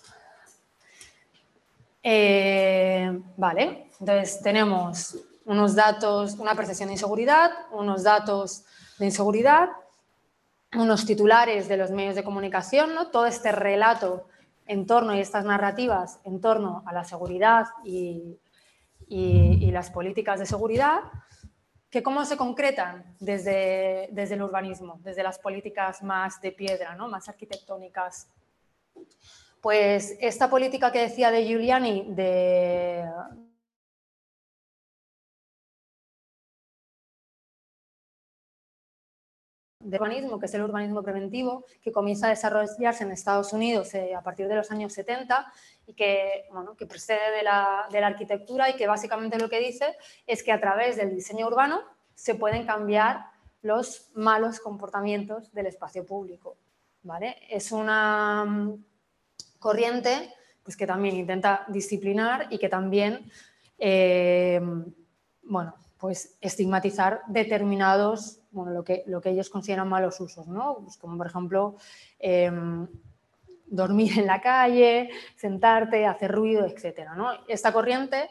Vale, entonces tenemos unos datos, una percepción de inseguridad, unos datos de inseguridad, unos titulares de los medios de comunicación, ¿no? Todo este relato en torno y estas narrativas en torno a la seguridad y las políticas de seguridad, que cómo se concretan desde el urbanismo, desde las políticas más de piedra, ¿no? Más arquitectónicas. Pues esta política que decía de Giuliani de de urbanismo, que es el urbanismo preventivo, que comienza a desarrollarse en Estados Unidos a partir de los años 70 y que, bueno, que precede de la arquitectura y que básicamente lo que dice es que a través del diseño urbano se pueden cambiar los malos comportamientos del espacio público, ¿vale? Es una corriente pues, que también intenta disciplinar y que también bueno, pues estigmatizar determinados, bueno, lo que ellos consideran malos usos, ¿no? Pues como por ejemplo dormir en la calle, sentarte, hacer ruido, etcétera, ¿no? Esta corriente,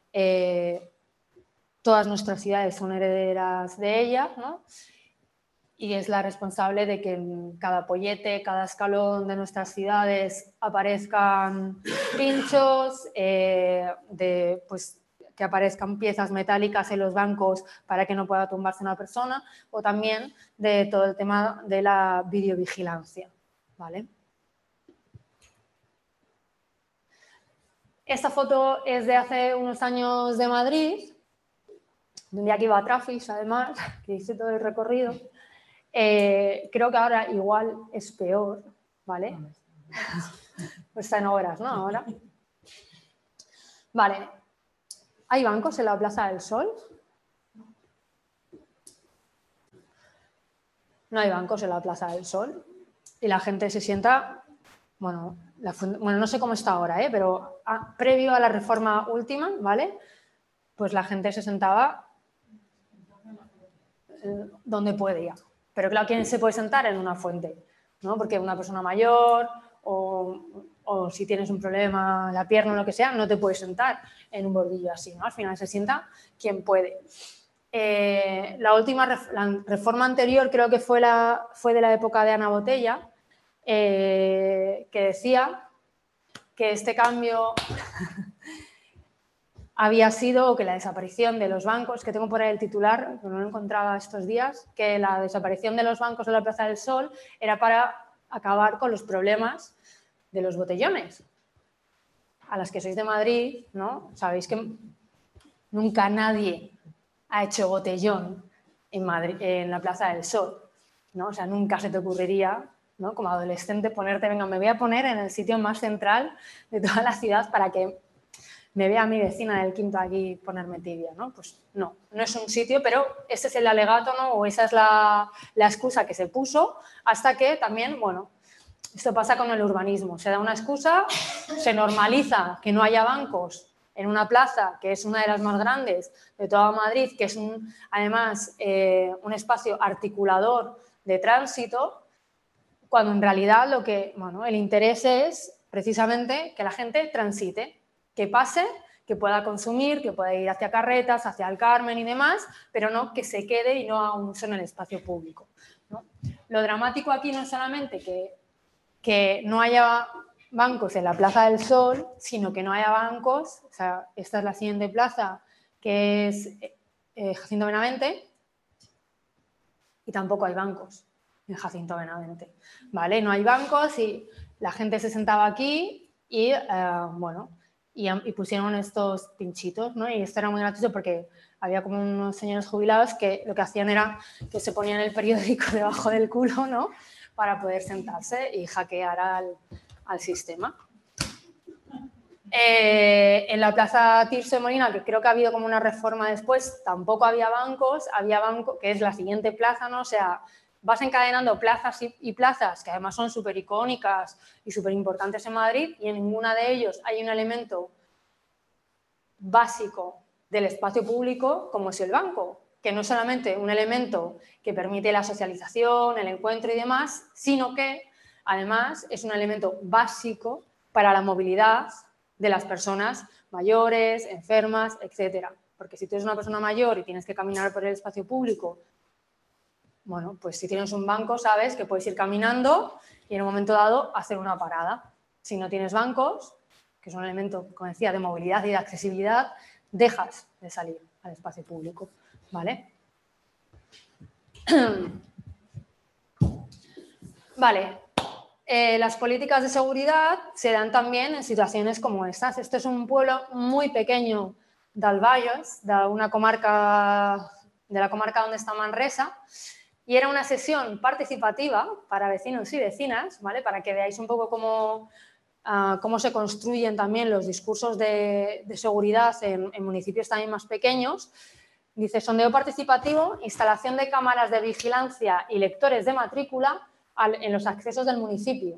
todas nuestras ciudades son herederas de ella, ¿no? Y es la responsable de que en cada pollete, cada escalón de nuestras ciudades aparezcan pinchos, pues, que aparezcan piezas metálicas en los bancos para que no pueda tumbarse una persona, o también de todo el tema de la videovigilancia, ¿vale? Esta foto es de hace unos años de Madrid, de un día que iba a Trafis, además, que hice todo el recorrido. Creo que ahora igual es peor, ¿vale? Pues está en obras, ¿no? Ahora. Vale. ¿Hay bancos en la Plaza del Sol? No hay bancos en la Plaza del Sol. Y la gente se sienta, bueno, no sé cómo está ahora, pero previo a la reforma última, ¿vale? Pues la gente se sentaba donde podía. Pero claro, ¿quién se puede sentar en una fuente? ¿No? Porque una persona mayor o si tienes un problema en la pierna o lo que sea, no te puedes sentar en un bordillo así, ¿no? Al final se sienta quien puede. La reforma anterior creo que fue de la época de Ana Botella, que decía que este cambio había sido que la desaparición de los bancos, que tengo por ahí el titular, que no lo encontraba estos días, que la desaparición de los bancos de la Plaza del Sol era para acabar con los problemas de los botellones. A las que sois de Madrid, ¿no? Sabéis que nunca nadie ha hecho botellón en Madrid, en la Plaza del Sol, ¿no? O sea, nunca se te ocurriría, ¿no? Como adolescente ponerte, venga, me voy a poner en el sitio más central de toda la ciudad para que me vea a mi vecina del quinto aquí ponerme tibia, ¿no? Pues no es un sitio, pero ese es el alegato, ¿no? O esa es la excusa que se puso hasta que también, bueno, esto pasa con el urbanismo. Se da una excusa, se normaliza que no haya bancos en una plaza que es una de las más grandes de toda Madrid, que es además un espacio articulador de tránsito, cuando en realidad el interés es precisamente que la gente transite, que pase, que pueda consumir, que pueda ir hacia Carretas, hacia el Carmen y demás, pero no que se quede y no haga un uso en el espacio público, ¿no? Lo dramático aquí no es solamente que no haya bancos en la Plaza del Sol, sino que no haya bancos, o sea, esta es la siguiente plaza, que es Jacinto Benavente, y tampoco hay bancos en Jacinto Benavente, ¿vale? No hay bancos y la gente se sentaba aquí y, y pusieron estos pinchitos, ¿no? Y esto era muy gracioso porque había como unos señores jubilados que lo que hacían era que se ponían el periódico debajo del culo, ¿no? Para poder sentarse y hackear al sistema. En la Plaza Tirso de Molina, que creo que ha habido como una reforma después, tampoco había bancos, que es la siguiente plaza, ¿no? O sea, vas encadenando plazas y plazas que además son súper icónicas y súper importantes en Madrid y en ninguna de ellos hay un elemento básico del espacio público como es el banco, que no es solamente un elemento que permite la socialización, el encuentro y demás, sino que además es un elemento básico para la movilidad de las personas mayores, enfermas, etcétera. Porque si tú eres una persona mayor y tienes que caminar por el espacio público, bueno, pues si tienes un banco sabes que puedes ir caminando y en un momento dado hacer una parada. Si no tienes bancos, que es un elemento, como decía, de movilidad y de accesibilidad, dejas de salir al espacio público, ¿vale? Vale. Las políticas de seguridad se dan también en situaciones como estas. Este es un pueblo muy pequeño de Albayos, de la comarca donde está Manresa, y era una sesión participativa para vecinos y vecinas, ¿vale? Para que veáis un poco cómo se construyen también los discursos de seguridad en municipios también más pequeños. Dice, sondeo participativo, instalación de cámaras de vigilancia y lectores de matrícula en los accesos del municipio.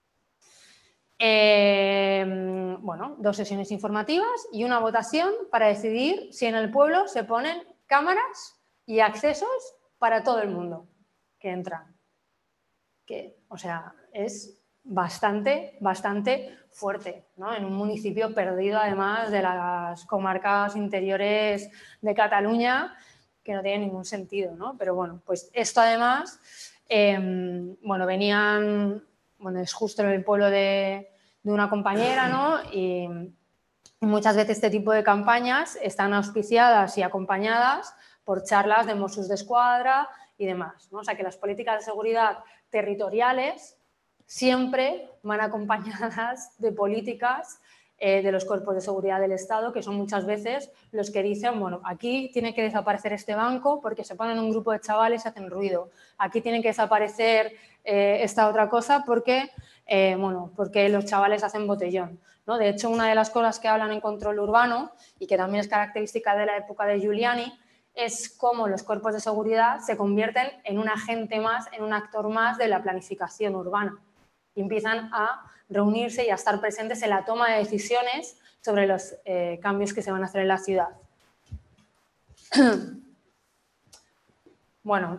Bueno, 2 sesiones informativas y una votación para decidir si en el pueblo se ponen cámaras y accesos para todo el mundo que entra. O sea, es bastante fuerte, ¿no? En un municipio perdido, además, de las comarcas interiores de Cataluña, que no tiene ningún sentido, ¿no? Pero bueno, pues esto además, bueno, es justo en el pueblo de una compañera, ¿no? Y muchas veces este tipo de campañas están auspiciadas y acompañadas por charlas de Mossos d'Esquadra y demás, ¿no? O sea, que las políticas de seguridad territoriales siempre van acompañadas de políticas de los cuerpos de seguridad del Estado, que son muchas veces los que dicen, bueno, aquí tiene que desaparecer este banco porque se ponen un grupo de chavales y hacen ruido. Aquí tiene que desaparecer esta otra cosa porque, bueno, porque los chavales hacen botellón, ¿no? De hecho, una de las cosas que hablan en Control Urbano y que también es característica de la época de Giuliani es cómo los cuerpos de seguridad se convierten en un agente más, en un actor más de la planificación urbana y empiezan a reunirse y a estar presentes en la toma de decisiones sobre los cambios que se van a hacer en la ciudad. Bueno,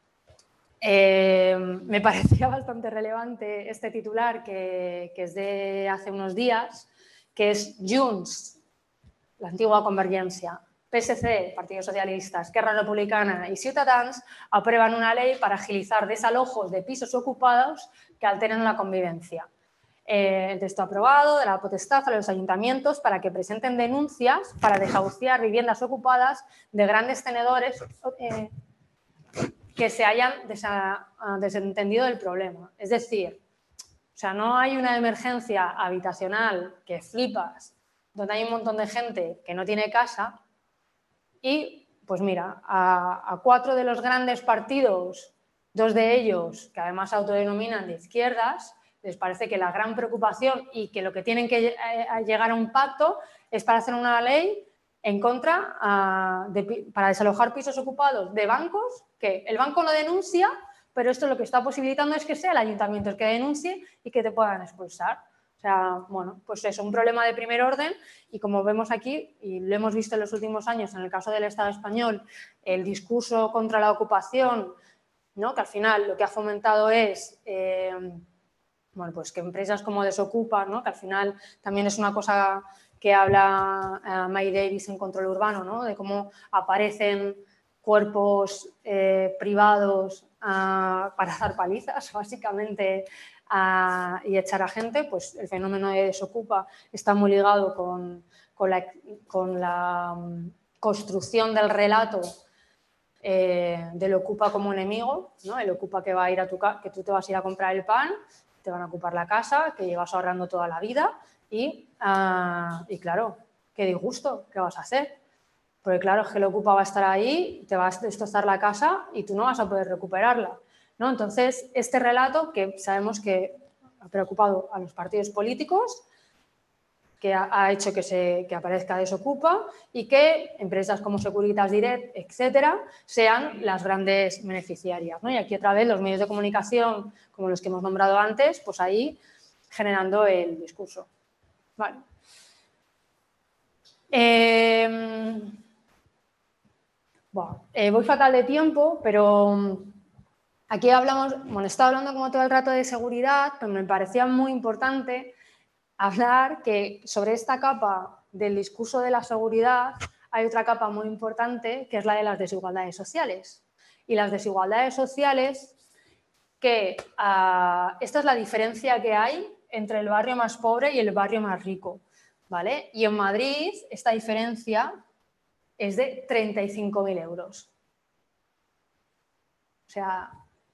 me parecía bastante relevante este titular que es de hace unos días, que es Junts, la antigua Convergencia, PSC, Partido Socialista, Esquerra Republicana y Ciutadans aprueban una ley para agilizar desalojos de pisos ocupados que alteren la convivencia. El texto aprobado da la potestad a los ayuntamientos para que presenten denuncias para desahuciar viviendas ocupadas de grandes tenedores que se hayan desentendido del problema. Es decir, o sea, no hay una emergencia habitacional que flipas, donde hay un montón de gente que no tiene casa y, pues mira, a 4 de los grandes partidos, 2 de ellos, que además se autodenominan de izquierdas, les parece que la gran preocupación y que lo que tienen que llegar a un pacto es para hacer una ley en contra para desalojar pisos ocupados de bancos, que el banco no denuncia, pero esto lo que está posibilitando es que sea el ayuntamiento el que denuncie y que te puedan expulsar. O sea, bueno, pues es un problema de primer orden y como vemos aquí, y lo hemos visto en los últimos años en el caso del Estado español, el discurso contra la ocupación, ¿no? Que al final lo que ha fomentado es bueno, pues que empresas como Desocupa, ¿no? Que al final también es una cosa que habla May Davis en Control Urbano, ¿no? De cómo aparecen cuerpos privados para dar palizas, básicamente, y echar a gente. Pues el fenómeno de Desocupa está muy ligado con la construcción del relato del ocupa como enemigo, ¿no? El ocupa que va a ir a que tú te vas a ir a comprar el pan, te van a ocupar la casa, que llevas ahorrando toda la vida y claro, qué disgusto, ¿qué vas a hacer? Porque claro, es que el ocupa va a estar ahí, te vas a destrozar la casa y tú no vas a poder recuperarla, ¿no? Entonces, este relato que sabemos que ha preocupado a los partidos políticos, que ha hecho que aparezca Desocupa y que empresas como Securitas Direct, etcétera, sean las grandes beneficiarias, ¿no? Y aquí otra vez los medios de comunicación, como los que hemos nombrado antes, pues ahí generando el discurso. Vale. Bueno, voy fatal de tiempo, pero aquí hablamos, bueno, he estado hablando como todo el rato de seguridad, pero me parecía muy importante hablar que sobre esta capa del discurso de la seguridad hay otra capa muy importante que es la de las desigualdades sociales. Y las desigualdades sociales, que esta es la diferencia que hay entre el barrio más pobre y el barrio más rico, ¿vale? Y en Madrid esta diferencia es de 35.000 euros. O sea,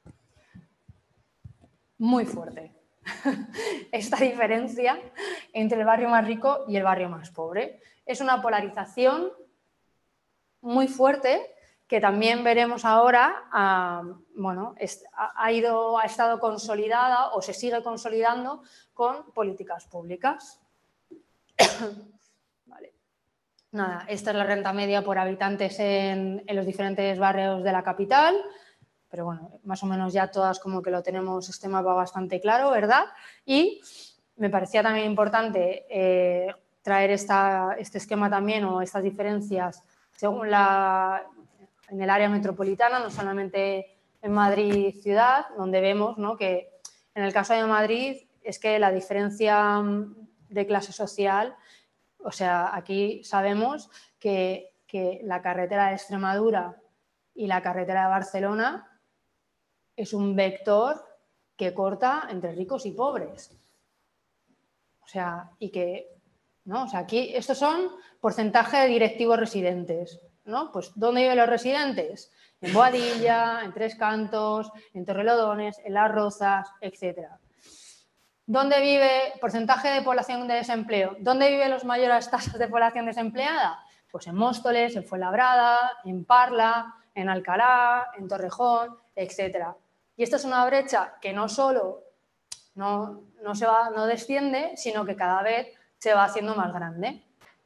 muy fuerte. Esta diferencia entre el barrio más rico y el barrio más pobre. Es una polarización muy fuerte que también veremos ahora, bueno, ha estado consolidada o se sigue consolidando con políticas públicas. Vale. Nada, esta es la renta media por habitantes en los diferentes barrios de la capital, pero bueno, más o menos ya todas como que lo tenemos este mapa bastante claro, ¿verdad? Y me parecía también importante traer este esquema también o estas diferencias según en el área metropolitana, no solamente en Madrid ciudad, donde vemos, ¿no?, que en el caso de Madrid es que la diferencia de clase social, o sea, aquí sabemos que la carretera de Extremadura y la carretera de Barcelona es un vector que corta entre ricos y pobres. O sea, y que, ¿no? O sea, aquí estos son porcentaje de directivos residentes, ¿no? Pues ¿dónde viven los residentes? En Boadilla, en Tres Cantos, en Torrelodones, en Las Rozas, etc. ¿Dónde vive porcentaje de población de desempleo? ¿Dónde viven las mayores tasas de población desempleada? Pues en Móstoles, en Fuenlabrada, en Parla, en Alcalá, en Torrejón, etc. Y esta es una brecha que no solo no desciende, sino que cada vez se va haciendo más grande.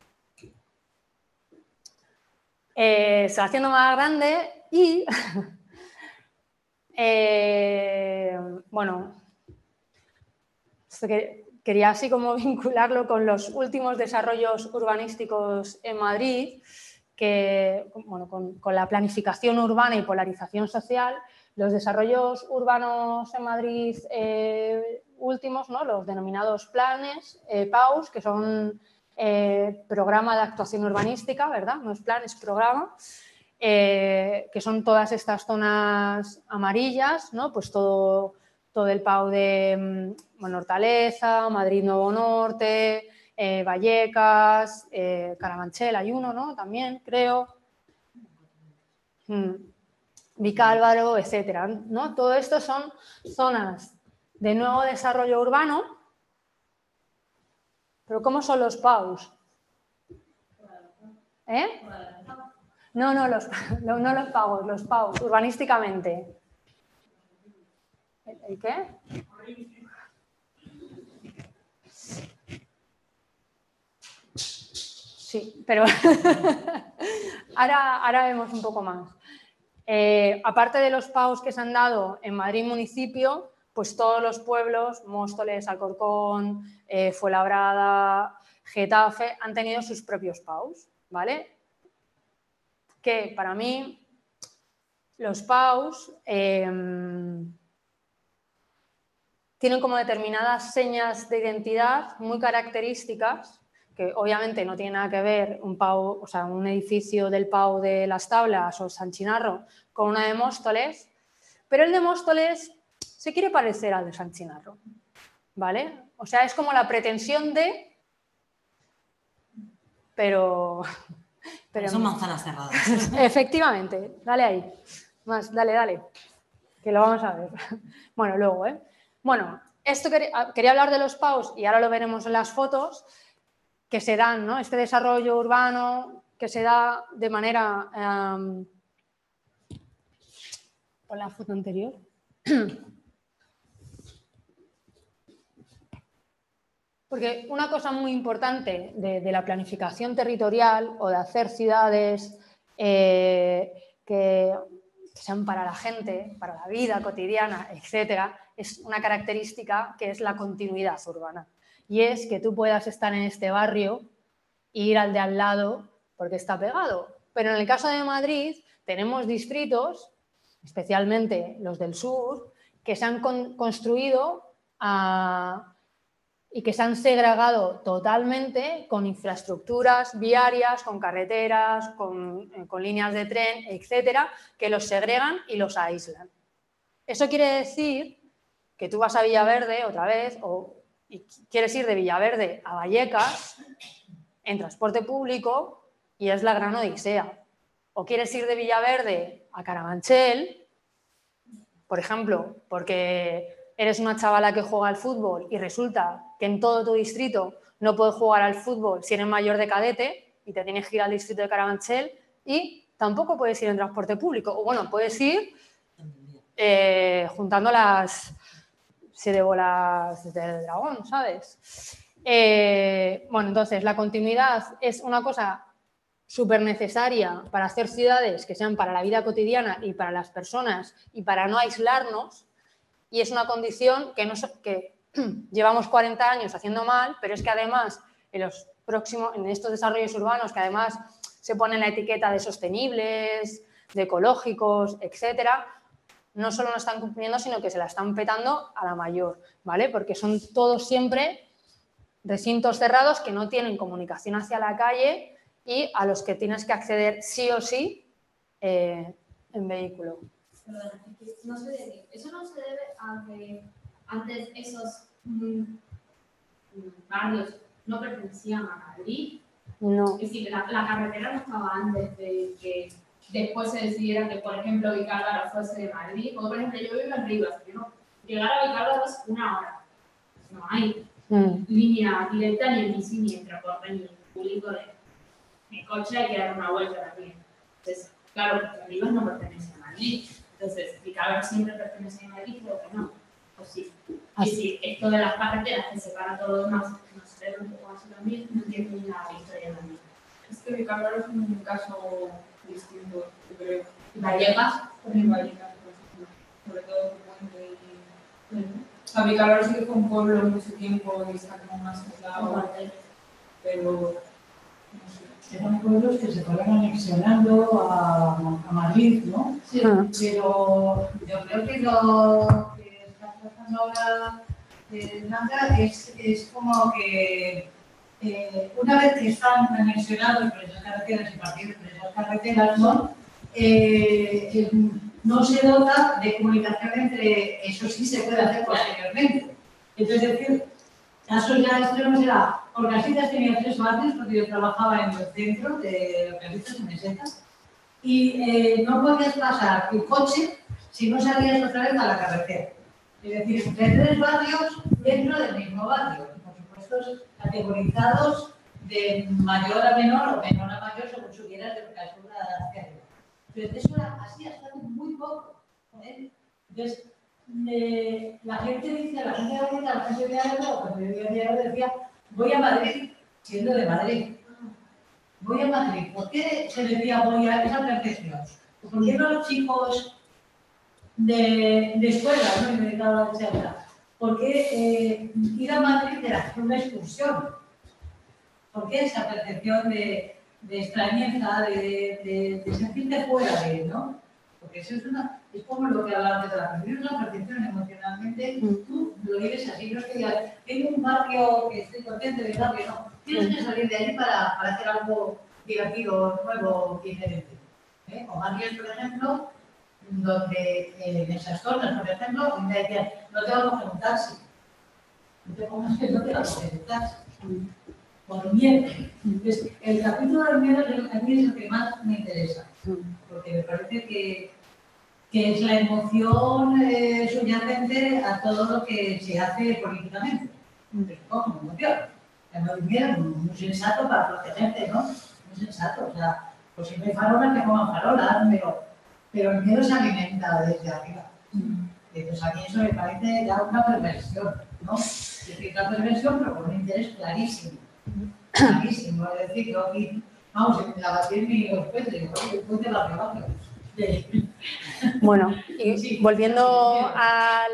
Se va haciendo más grande y, bueno, esto quería así como vincularlo con los últimos desarrollos urbanísticos en Madrid, que, bueno, con la planificación urbana y polarización social, los desarrollos urbanos en Madrid últimos, ¿no?, los denominados planes, PAUs, que son programa de actuación urbanística, ¿verdad? No es plan, es programa, que son todas estas zonas amarillas, ¿no? Pues todo el PAU de, bueno, Hortaleza, Madrid Nuevo Norte, Vallecas, Carabanchel hay uno, ¿no?, también, creo. Vicálvaro, etcétera, ¿no? Todo esto son zonas de nuevo desarrollo urbano. ¿Pero cómo son los PAUs? ¿Eh? No los PAUs, los PAUs, urbanísticamente. ¿El qué? Sí, pero ahora vemos un poco más. Aparte de los PAUs que se han dado en Madrid municipio, pues todos los pueblos, Móstoles, Alcorcón, Fuenlabrada, Getafe, han tenido sus propios PAUs, ¿vale? Que para mí los PAUs tienen como determinadas señas de identidad muy características, que obviamente no tiene nada que ver un PAU, o sea, un edificio del PAU de Las Tablas o San Chinarro con una de Móstoles, pero el de Móstoles se quiere parecer al de San Chinarro, ¿vale? O sea, es como la pretensión de, pero son manzanas cerradas. Efectivamente, dale ahí, más, dale, que lo vamos a ver. Bueno, luego, Bueno, esto quería hablar de los PAUs y ahora lo veremos en las fotos, que se dan, ¿no? Este desarrollo urbano que se da de manera... Pon la foto anterior. Porque una cosa muy importante de la planificación territorial o de hacer ciudades que sean para la gente, para la vida cotidiana, etcétera, es una característica que es la continuidad urbana. Y es que tú puedas estar en este barrio e ir al de al lado porque está pegado. Pero en el caso de Madrid tenemos distritos, especialmente los del sur, que se han construido y que se han segregado totalmente con infraestructuras viarias, con carreteras, con líneas de tren, etcétera, que los segregan y los aíslan. Eso quiere decir que tú vas a Villaverde otra vez y quieres ir de Villaverde a Vallecas en transporte público y es la gran odisea. O quieres ir de Villaverde a Carabanchel, por ejemplo, porque eres una chavala que juega al fútbol y resulta que en todo tu distrito no puedes jugar al fútbol si eres mayor de cadete y te tienes que ir al distrito de Carabanchel y tampoco puedes ir en transporte público. O bueno, puedes ir juntando las 7 bolas del dragón, ¿sabes? Bueno, entonces, la continuidad es una cosa súper necesaria para hacer ciudades que sean para la vida cotidiana y para las personas y para no aislarnos, y es una condición que llevamos 40 años haciendo mal, pero es que además en estos desarrollos urbanos, que además se pone la etiqueta de sostenibles, de ecológicos, etcétera, no solo no están cumpliendo, sino que se la están petando a la mayor, ¿vale? Porque son todos siempre recintos cerrados que no tienen comunicación hacia la calle y a los que tienes que acceder sí o sí en vehículo. Eso no se debe a que antes esos barrios no pertenecían a Madrid. No. Es decir, la carretera no estaba antes de que después se decidiera que, por ejemplo, Vicálvaro fuese de Madrid. O, por ejemplo, yo vivo en Rivas, llegar a Vicálvaro es 1 hora. No hay línea directa ni en bici ni en transporte ni en público de coche, hay que dar una vuelta también. Entonces, claro, porque Rivas no pertenece a Madrid. Entonces, Vicálvaro siempre pertenece a Madrid, creo que no. Pues sí. Y sí, esto de las carreteras que separan todo lo demás, no se ve un poco así también, no entiendo ni la historia también. Es que Vicálvaro es un caso distinto, yo creo. Vallecas, Por ejemplo, Vallecas, sobre todo por Puente y... O sea, Vicálvaro sí que fue un pueblo mucho tiempo y está como más aislado, pero no sé. Eran pueblos que se fueron anexionando a Madrid, ¿no? Sí. Pero yo creo que lo que está tratando ahora Nanda es como que una vez que están anexionados por esas carreteras y partidos por esas carreteras, ¿no? No se dota de comunicación entre, eso sí se puede hacer posteriormente. Entonces, es decir, casos ya extremos era, Orcasitas tenía 3 barrios porque yo trabajaba en el centro de Orcasitas en Mesetas y no podías pasar tu coche si no salías otra vez a la carretera. Es decir, entre 3 barrios dentro del mismo barrio, y por supuesto categorizados de mayor a menor o menor a mayor según subieras de Orcasitas hacia arriba. Pero eso era así hasta muy poco. Entonces, la gente dice, la gente de ahorita, la gente de ahora, cuando yo decía, voy a Madrid, siendo de Madrid. Voy a Madrid. ¿Por qué se decía voy a esa percepción? ¿Por qué no los chicos de escuela, no? Y me dedicaba a la charla. ¿Por qué ir a Madrid era una excursión? ¿Por qué esa percepción de extrañeza, de sentirte fuera de él, ¿no? Porque eso es como lo que hablaba de la percepción, es una percepción emocionalmente, tú lo vives así, no es que digas, tengo un barrio que estoy contento de barrio, no, tienes que salir de ahí para hacer algo divertido, nuevo, diferente. O barrios, por ejemplo, donde en esas zonas, por ejemplo, donde decían, no te vamos a un taxi, no te vamos a coger un taxi. Por miedo. Entonces, el capítulo del miedo a mí es el que más me interesa, porque me parece que es la emoción subyacente a todo lo que se hace políticamente. ¿Cómo? Emoción. El miedo es muy sensato para protegerte, ¿no? Muy sensato. O sea, pues si no hay farolas, que coman farolas, pero el miedo se alimenta desde arriba. Entonces, a mí eso me parece ya una perversión, ¿no? Es decir, una perversión, pero con un interés clarísimo. Clarísimo, es decir, yo aquí, vamos, en la batir ni los puentes, el puente va abajo. Bueno, y volviendo al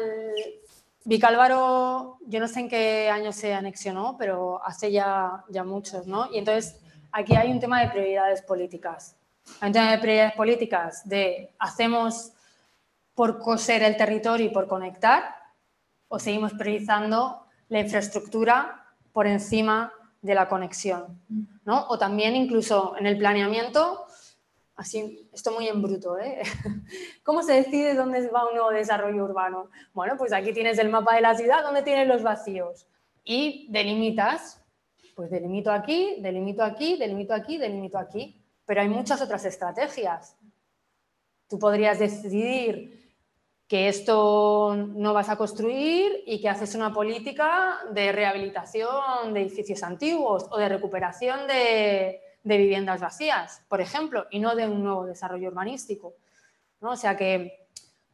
Vicálvaro, yo no sé en qué año se anexionó, pero hace ya muchos, ¿no? Y entonces aquí hay un tema de prioridades políticas. Hay un tema de prioridades políticas de hacemos por coser el territorio y por conectar, o seguimos priorizando la infraestructura por encima de la conexión, ¿no? O también incluso en el planeamiento, así, esto muy en bruto, ¿eh? ¿Cómo se decide dónde va un nuevo desarrollo urbano? Bueno, pues aquí tienes el mapa de la ciudad, donde tienes los vacíos y delimitas, pues delimito aquí, delimito aquí, delimito aquí, delimito aquí, pero hay muchas otras estrategias. Tú podrías decidir que esto no vas a construir y que haces una política de rehabilitación de edificios antiguos o de recuperación de de viviendas vacías, por ejemplo, y no de un nuevo desarrollo urbanístico, ¿no? O sea que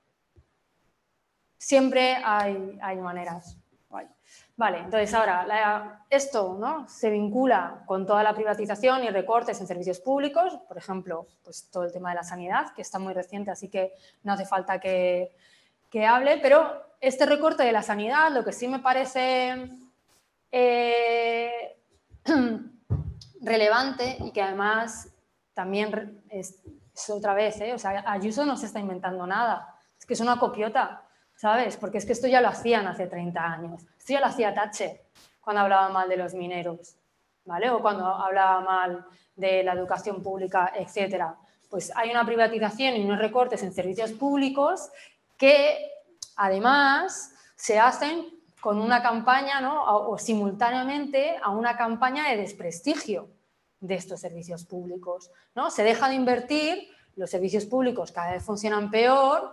siempre hay maneras. Vale, entonces ahora esto, ¿no?, se vincula con toda la privatización y recortes en servicios públicos, por ejemplo, pues todo el tema de la sanidad, que está muy reciente, así que no hace falta que hable, pero este recorte de la sanidad, lo que sí me parece relevante y que además también es otra vez, o sea, Ayuso no se está inventando nada, es que es una copiota, ¿sabes? Porque es que esto ya lo hacían hace 30 años, esto ya lo hacía Thatcher cuando hablaba mal de los mineros, ¿vale? O cuando hablaba mal de la educación pública, etcétera. Pues hay una privatización y unos recortes en servicios públicos que además se hacen con una campaña, ¿no?, o simultáneamente a una campaña de desprestigio de estos servicios públicos, ¿no? Se deja de invertir, los servicios públicos cada vez funcionan peor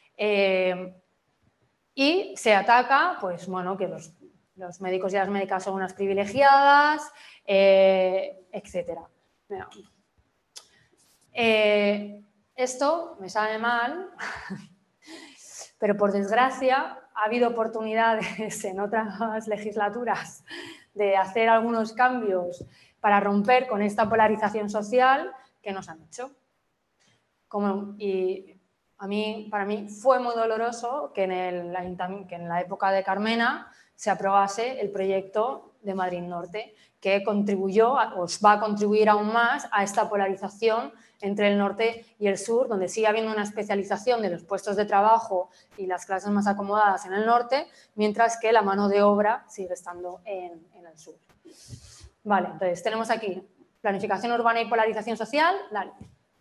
y se ataca, pues bueno, que los médicos y las médicas son unas privilegiadas, etcétera. Esto me sabe mal, pero por desgracia ha habido oportunidades en otras legislaturas de hacer algunos cambios para romper con esta polarización social que nos han hecho. Y para mí fue muy doloroso que en la época de Carmena se aprobase el proyecto de Madrid Norte, que contribuyó, os va a contribuir aún más a esta polarización entre el norte y el sur, donde sigue habiendo una especialización de los puestos de trabajo y las clases más acomodadas en el norte, mientras que la mano de obra sigue estando en el sur. Vale, entonces tenemos aquí planificación urbana y polarización social. Dale.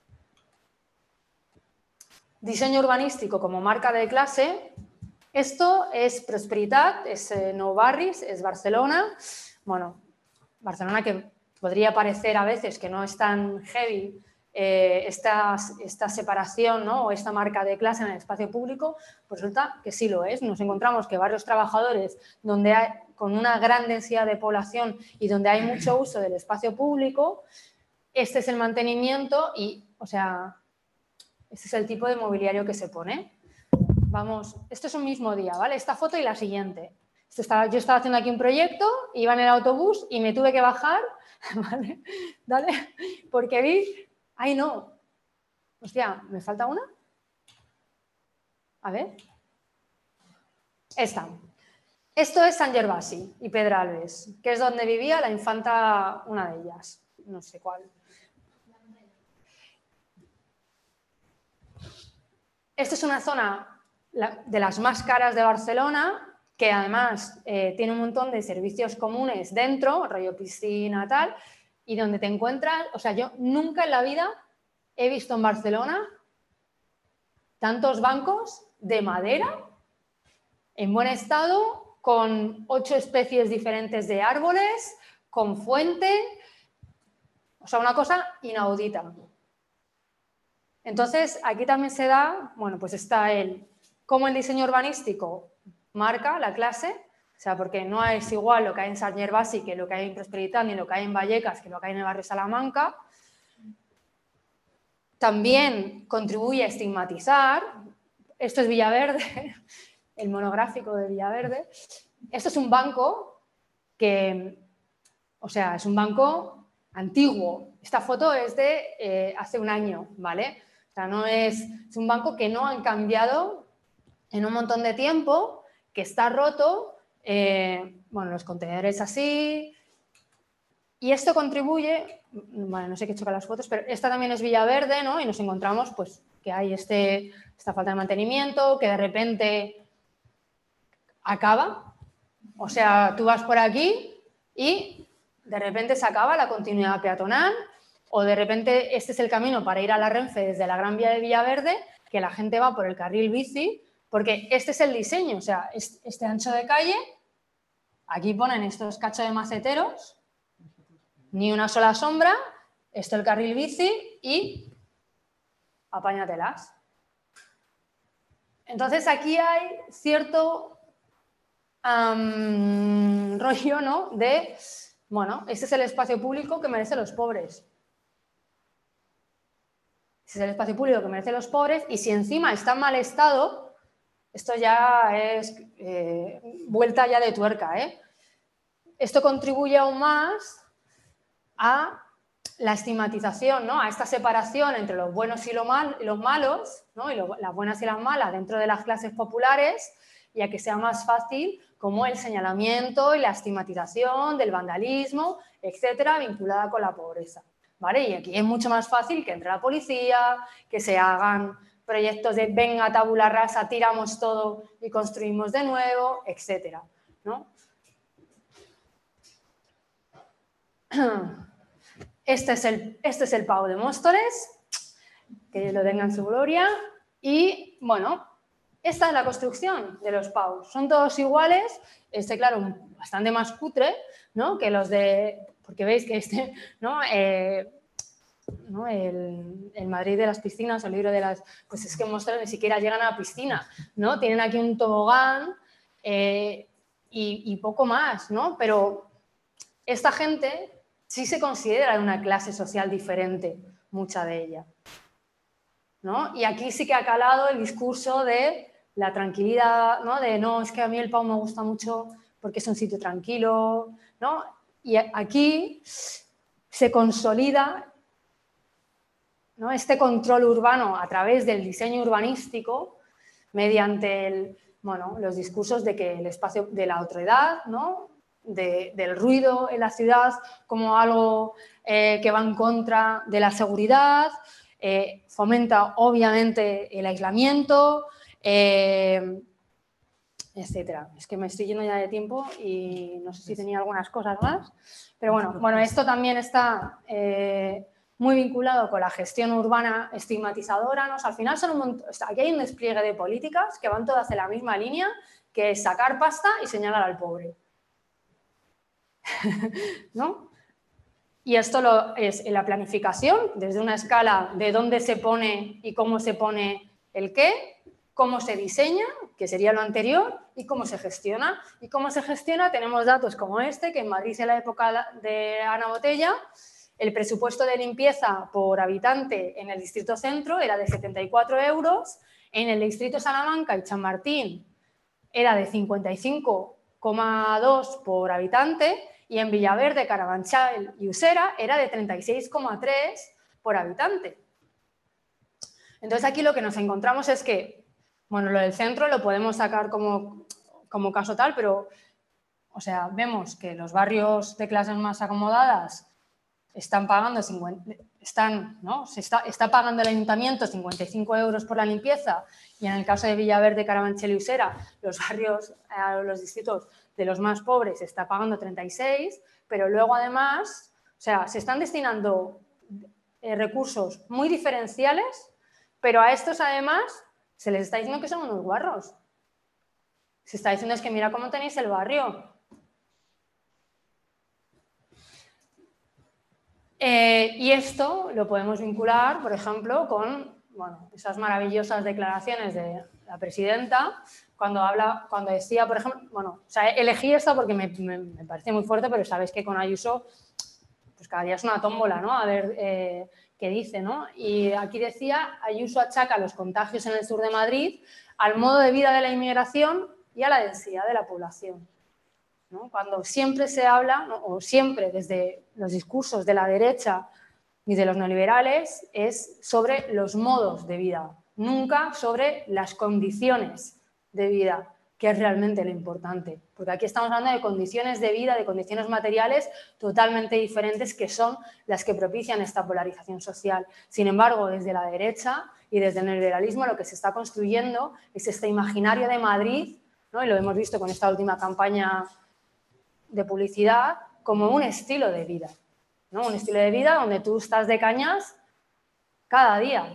Diseño urbanístico como marca de clase. Esto es Prosperitat, es Nou Barris, es Barcelona. Bueno, Barcelona que podría parecer a veces que no es tan heavy esta separación, ¿no?, o esta marca de clase en el espacio público, pues resulta que sí lo es. Nos encontramos que barrios trabajadores con una gran densidad de población y donde hay mucho uso del espacio público, este es el mantenimiento y, o sea, este es el tipo de mobiliario que se pone. Vamos, esto es un mismo día, ¿vale? Esta foto y la siguiente. Yo estaba haciendo aquí un proyecto, iba en el autobús y me tuve que bajar, ¿vale? ¿Dale? Porque vi, ¡ay no! Hostia, ¿me falta una? A ver. Esta. Esto es Sant Gervasi y Pedralbes, que es donde vivía la infanta, una de ellas, no sé cuál. Esta es una zona de las más caras de Barcelona, que además tiene un montón de servicios comunes dentro, rollo piscina, tal, y donde te encuentras, o sea, yo nunca en la vida he visto en Barcelona tantos bancos de madera en buen estado, con 8 especies diferentes de árboles, con fuente, o sea, una cosa inaudita. Entonces, aquí también se da, bueno, pues está cómo el diseño urbanístico marca la clase, o sea, porque no es igual lo que hay en Sant Gervasi que lo que hay en Prosperitat, ni lo que hay en Vallecas que lo que hay en el barrio Salamanca. También contribuye a estigmatizar. Esto es Villaverde, el monográfico de Villaverde. Esto es un banco que, o sea, es un banco antiguo. Esta foto es de hace un año, ¿vale? O sea, no es un banco que no han cambiado en un montón de tiempo, que está roto, bueno, los contenedores así. Y esto contribuye, bueno, no sé qué chocan las fotos, pero esta también es Villaverde, ¿no? Y nos encontramos, pues, que hay esta falta de mantenimiento, que de repente acaba. O sea, tú vas por aquí y de repente se acaba la continuidad peatonal, o de repente este es el camino para ir a la Renfe desde la Gran Vía de Villaverde, que la gente va por el carril bici, porque este es el diseño, o sea, este ancho de calle, aquí ponen estos cachos de maceteros, ni una sola sombra, esto el carril bici y apáñatelas. Entonces aquí hay cierto rollo, ¿no? De, bueno, este es el espacio público que merecen los pobres. si es el espacio público que merecen los pobres, y si encima está en mal estado, esto ya es vuelta ya de tuerca, ¿eh? Esto contribuye aún más a la estigmatización, ¿no? A esta separación entre los buenos y los malos, ¿no? Y las buenas y las malas dentro de las clases populares, y a que sea más fácil como el señalamiento y la estigmatización del vandalismo, etcétera, vinculada con la pobreza, ¿vale? Y aquí es mucho más fácil que entre la policía, que se hagan proyectos de venga, tabula rasa, tiramos todo y construimos de nuevo, etcétera, ¿no? Este es el Pau de Móstoles, que lo tenga en su gloria, y bueno, esta es la construcción de los Paus. Son todos iguales, claro, bastante más cutre, ¿no? Que los de, porque veis que ¿no? ¿no? El Madrid de las piscinas, el libro de las, pues es que en Móstoles ni siquiera llegan a la piscina, ¿no? Tienen aquí un tobogán y poco más, ¿no? Pero esta gente sí se considera de una clase social diferente, mucha de ella, ¿no? Y aquí sí que ha calado el discurso de la tranquilidad, ¿no? De no, es que a mí el Pau me gusta mucho porque es un sitio tranquilo, ¿no? Y aquí se consolida, ¿no? Este control urbano a través del diseño urbanístico mediante los discursos de que el espacio de la otredad, ¿no? Del ruido en la ciudad como algo que va en contra de la seguridad, fomenta obviamente el aislamiento, etcétera. Es que me estoy yendo ya de tiempo y no sé si tenía algunas cosas más, pero bueno, esto también está muy vinculado con la gestión urbana estigmatizadora, ¿no? O sea, al final aquí hay un despliegue de políticas que van todas en la misma línea, que es sacar pasta y señalar al pobre. ¿No? Y esto es en la planificación, desde una escala de dónde se pone y cómo se pone el qué, cómo se diseña, que sería lo anterior, y cómo se gestiona. Y cómo se gestiona, tenemos datos como este, que en Madrid en la época de Ana Botella, el presupuesto de limpieza por habitante en el distrito centro era de 74 euros, en el distrito Salamanca y Chamartín era de 55,2 por habitante, y en Villaverde, Carabanchel y Usera era de 36,3 por habitante. Entonces aquí lo que nos encontramos es que, bueno, lo del centro lo podemos sacar como caso tal, pero, o sea, vemos que los barrios de clases más acomodadas están pagando se está pagando el ayuntamiento 55 euros por la limpieza, y en el caso de Villaverde, Carabanchel y Usera, los barrios, los distritos de los más pobres se está pagando 36, pero luego además, o sea, se están destinando recursos muy diferenciales, pero a estos además se les está diciendo que son unos guarros. Se está diciendo es que mira cómo tenéis el barrio. Y esto lo podemos vincular, por ejemplo, con esas maravillosas declaraciones de la presidenta cuando decía, por ejemplo, o sea, elegí esta porque me parece muy fuerte, pero sabéis que con Ayuso pues cada día es una tómbola, ¿no? A ver qué dice, ¿no? Y aquí decía, Ayuso achaca los contagios en el sur de Madrid al modo de vida de la inmigración y a la densidad de la población, ¿no? Cuando siempre se habla, ¿no? O siempre desde los discursos de la derecha y de los neoliberales, es sobre los modos de vida, nunca sobre las condiciones de vida, que es realmente lo importante. Porque aquí estamos hablando de condiciones de vida, de condiciones materiales totalmente diferentes, que son las que propician esta polarización social. Sin embargo, desde la derecha y desde el neoliberalismo lo que se está construyendo es este imaginario de Madrid, ¿no? Y lo hemos visto con esta última campaña de publicidad, como un estilo de vida, ¿no? Un estilo de vida donde tú estás de cañas cada día.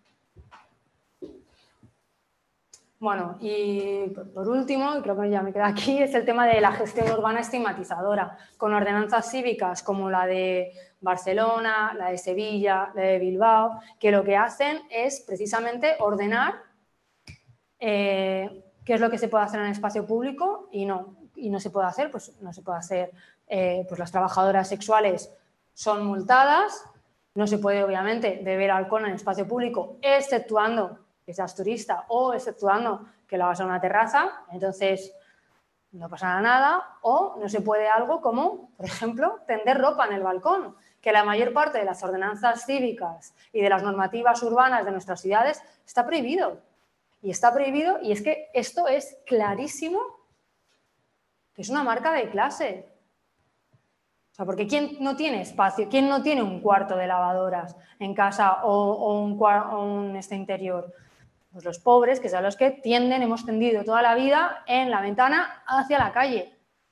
Bueno, y por último, y creo que ya me queda aquí, es el tema de la gestión urbana estigmatizadora, con ordenanzas cívicas como la de Barcelona, la de Sevilla, la de Bilbao, que lo que hacen es precisamente ordenar qué es lo que se puede hacer en el espacio público y no se puede hacer, pues no se puede hacer, pues las trabajadoras sexuales son multadas, No se puede, obviamente, beber alcohol en espacio público, exceptuando que seas turista o exceptuando que lo hagas en una terraza, entonces no pasará nada. O no se puede algo como, por ejemplo, tender ropa en el balcón, que la mayor parte de las ordenanzas cívicas y de las normativas urbanas de nuestras ciudades está prohibido. Y está prohibido, y es que esto es clarísimo que es una marca de clase. O sea, porque ¿quién no tiene espacio? ¿Quién no tiene un cuarto de lavadoras en casa o un interior? Pues los pobres, que son los que hemos tendido toda la vida en la ventana hacia la calle.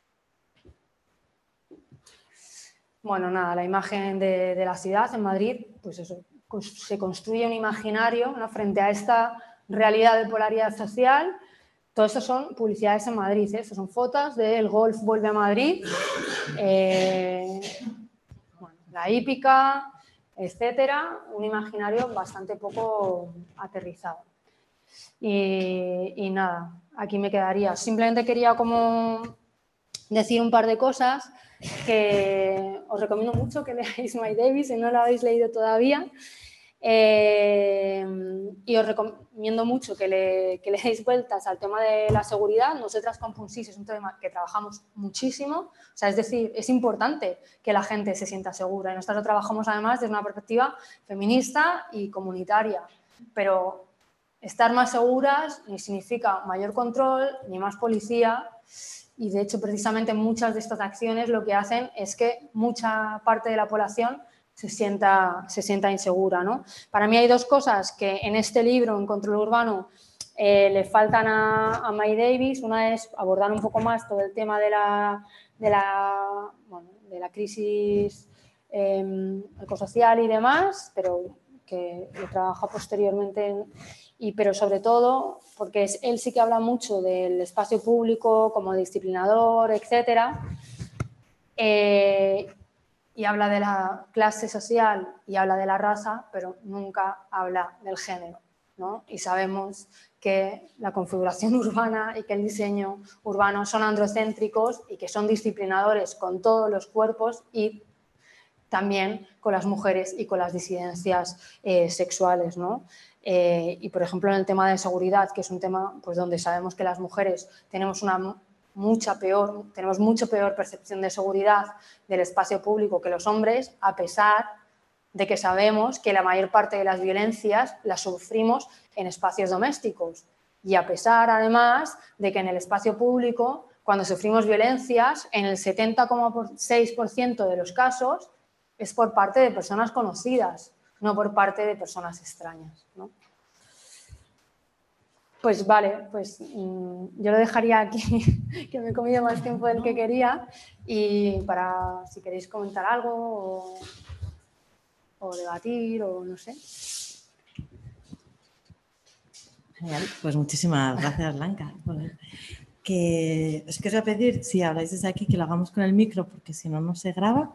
Bueno, nada, la imagen de la ciudad en Madrid, pues eso, se construye un imaginario, ¿no?, frente a esta realidad de polaridad social. Todo esto son publicidades en Madrid, ¿eh? Estas son fotos del Golf vuelve a Madrid, bueno, la hípica, etcétera. Un imaginario bastante poco aterrizado. Y nada, aquí me quedaría. Simplemente quería como decir un par de cosas que os recomiendo mucho que leáis My Davis si no lo habéis leído todavía. Y os recomiendo mucho que le deis vueltas al tema de la seguridad. Nosotras con Punsis es un tema que trabajamos muchísimo, o sea, es decir, es importante que la gente se sienta segura, y nosotros lo trabajamos además desde una perspectiva feminista y comunitaria, pero estar más seguras ni significa mayor control ni más policía, y de hecho precisamente muchas de estas acciones lo que hacen es que mucha parte de la población se sienta insegura, ¿no? Para mí hay dos cosas que en este libro, en Control Urbano, le faltan a May Davis. Una es abordar un poco más todo el tema de la crisis ecosocial y demás, pero que lo trabaja posteriormente, pero sobre todo porque él sí que habla mucho del espacio público como disciplinador, etcétera. Y habla de la clase social y habla de la raza, pero nunca habla del género, ¿no? Y sabemos que la configuración urbana y que el diseño urbano son androcéntricos y que son disciplinadores con todos los cuerpos y también con las mujeres y con las disidencias sexuales, ¿no? Y, por ejemplo, en el tema de seguridad, que es un tema pues, donde sabemos que las mujeres tenemos mucho peor percepción de seguridad del espacio público que los hombres, a pesar de que sabemos que la mayor parte de las violencias las sufrimos en espacios domésticos, y a pesar, además, de que en el espacio público, cuando sufrimos violencias, en el 70,6% de los casos es por parte de personas conocidas, no por parte de personas extrañas, ¿no? Pues vale, pues yo lo dejaría aquí, que me he comido más tiempo del que quería, y para si queréis comentar algo o debatir o no sé. Genial, pues muchísimas gracias, Blanca. Que os quiero pedir, si habláis desde aquí, que lo hagamos con el micro, porque si no, no se graba.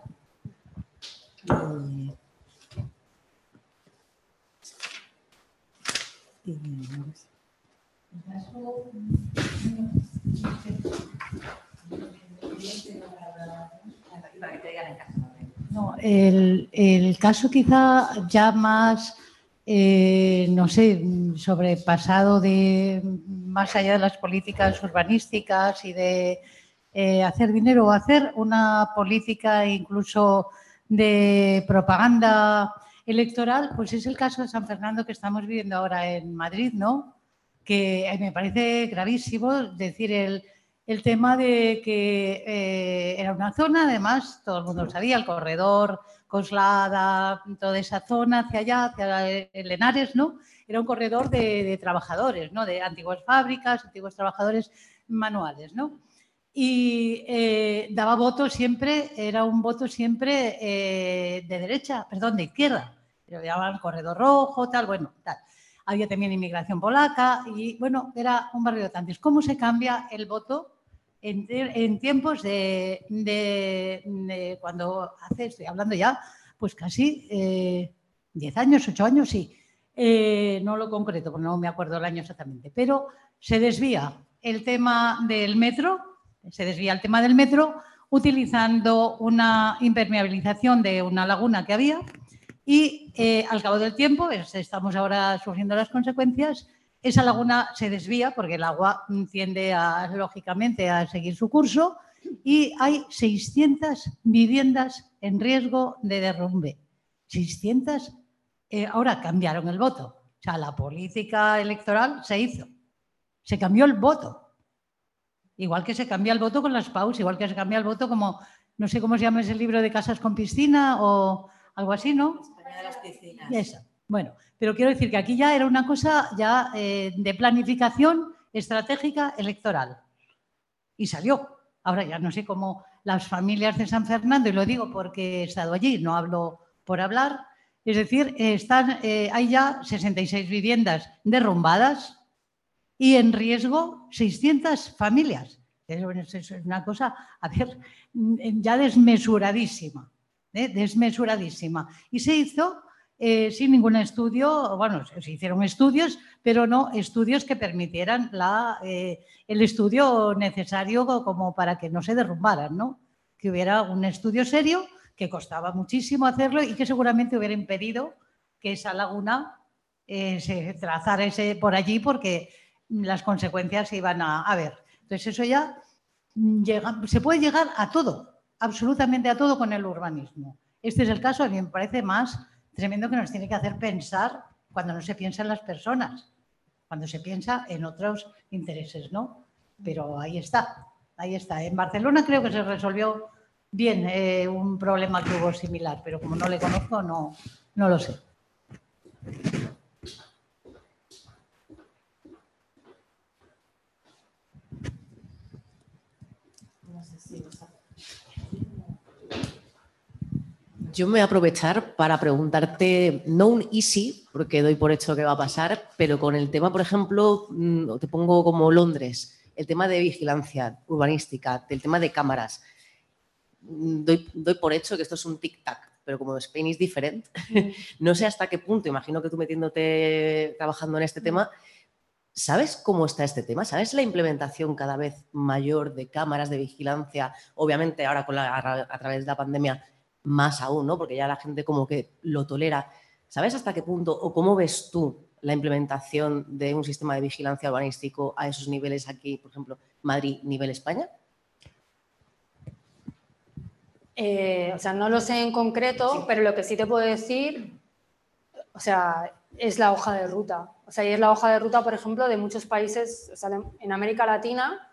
No, el caso quizá ya más, no sé, sobrepasado más allá de las políticas urbanísticas y de hacer dinero o hacer una política incluso de propaganda electoral, pues es el caso de San Fernando que estamos viviendo ahora en Madrid, ¿no? Que me parece gravísimo, decir, el tema de que era una zona, además, todo el mundo lo sabía, el corredor Coslada, toda esa zona hacia allá, hacia el Henares, ¿no? Era un corredor de trabajadores, ¿no? De antiguas fábricas, antiguos trabajadores manuales, ¿no? Y daba voto siempre, era un voto siempre de izquierda. Lo llamaban corredor rojo, tal, bueno, tal. Había también inmigración polaca y, bueno, era un barrio de tantos. ¿Cómo se cambia el voto en tiempos de cuando estoy hablando ya, pues casi 10 años, 8 años, sí. No lo concreto, porque no me acuerdo el año exactamente, pero se desvía el tema del metro, utilizando una impermeabilización de una laguna que había y al cabo del tiempo, estamos ahora sufriendo las consecuencias, esa laguna se desvía porque el agua tiende lógicamente a seguir su curso y hay 600 viviendas en riesgo de derrumbe. 600. Ahora cambiaron el voto. O sea, la política electoral se hizo. Se cambió el voto. Igual que se cambia el voto con las PAUs, igual que se cambia el voto como, no sé cómo se llama ese libro de casas con piscina o algo así, ¿no? España de las piscinas. Esa. Bueno, pero quiero decir que aquí ya era una cosa ya de planificación estratégica electoral. Y salió. Ahora ya no sé cómo las familias de San Fernando, y lo digo porque he estado allí, no hablo por hablar, es decir, hay ya 66 viviendas derrumbadas y en riesgo 600 familias. Es una cosa, a ver, ya desmesuradísima, desmesuradísima. Y se hizo sin ningún estudio, bueno, se hicieron estudios, pero no estudios que permitieran el estudio necesario como para que no se derrumbaran, ¿no? Que hubiera un estudio serio, que costaba muchísimo hacerlo y que seguramente hubiera impedido que esa laguna se trazara por allí porque las consecuencias se iban a ver. Entonces eso ya se puede llegar a todo, absolutamente a todo con el urbanismo. Este es el caso, a mí me parece más tremendo, que nos tiene que hacer pensar cuando no se piensa en las personas, cuando se piensa en otros intereses, ¿no? Pero ahí está, ahí está. En Barcelona creo que se resolvió bien un problema que hubo similar, pero como no le conozco, no lo sé. Yo me voy a aprovechar para preguntarte, no un easy, porque doy por hecho que va a pasar, pero con el tema, por ejemplo, te pongo como Londres, el tema de vigilancia urbanística, del tema de cámaras. Doy por hecho que esto es un tic-tac, pero como Spain is different, no sé hasta qué punto, imagino que tú metiéndote, trabajando en este tema, ¿sabes cómo está este tema? ¿Sabes la implementación cada vez mayor de cámaras de vigilancia? Obviamente ahora a través de la pandemia más aún, ¿no? Porque ya la gente como que lo tolera. ¿Sabes hasta qué punto o cómo ves tú la implementación de un sistema de vigilancia urbanístico a esos niveles aquí, por ejemplo, Madrid, nivel España? O sea, no lo sé en concreto, pero lo que sí te puedo decir, o sea, es la hoja de ruta. O sea, y es la hoja de ruta, por ejemplo, de muchos países, o sea, en América Latina,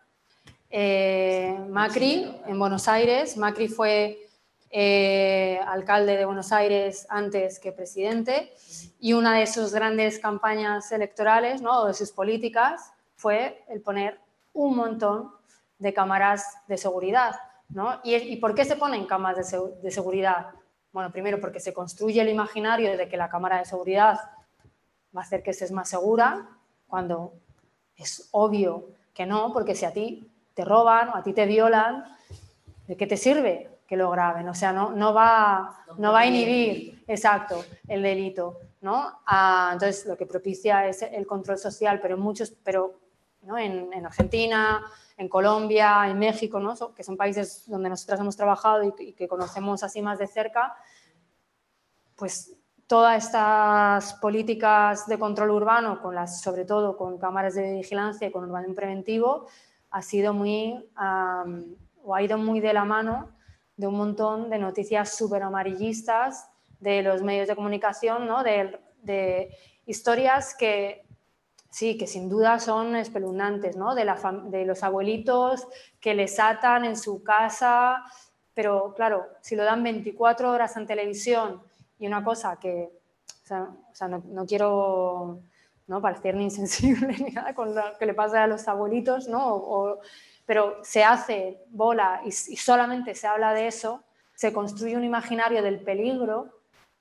Macri, en Buenos Aires, Macri fue alcalde de Buenos Aires antes que presidente, y una de sus grandes campañas electorales, ¿no?, o de sus políticas, fue el poner un montón de cámaras de seguridad, ¿no? ¿Y por qué se ponen cámaras de seguridad? Bueno, primero porque se construye el imaginario de que la cámara de seguridad va a hacer que estés más segura, cuando es obvio que no, porque si a ti te roban o a ti te violan, ¿de qué te sirve que lo graben? O sea, no va a inhibir, exacto, el delito, ¿no? Entonces, lo que propicia es el control social, pero ¿no?, en Argentina, en Colombia, en México, ¿no?, que son países donde nosotras hemos trabajado y que conocemos así más de cerca, pues todas estas políticas de control urbano, sobre todo con cámaras de vigilancia y con urbanismo preventivo, ha ido muy de la mano de un montón de noticias súper amarillistas de los medios de comunicación, ¿no?, de historias que sí, que sin duda son espeluznantes, ¿no?, de los abuelitos que les atan en su casa, pero claro, si lo dan 24 horas en televisión, y una cosa que, o sea, no quiero, ¿no?, parecer ni insensible ni nada con lo que le pasa a los abuelitos, ¿no?, pero se hace bola y solamente se habla de eso, se construye un imaginario del peligro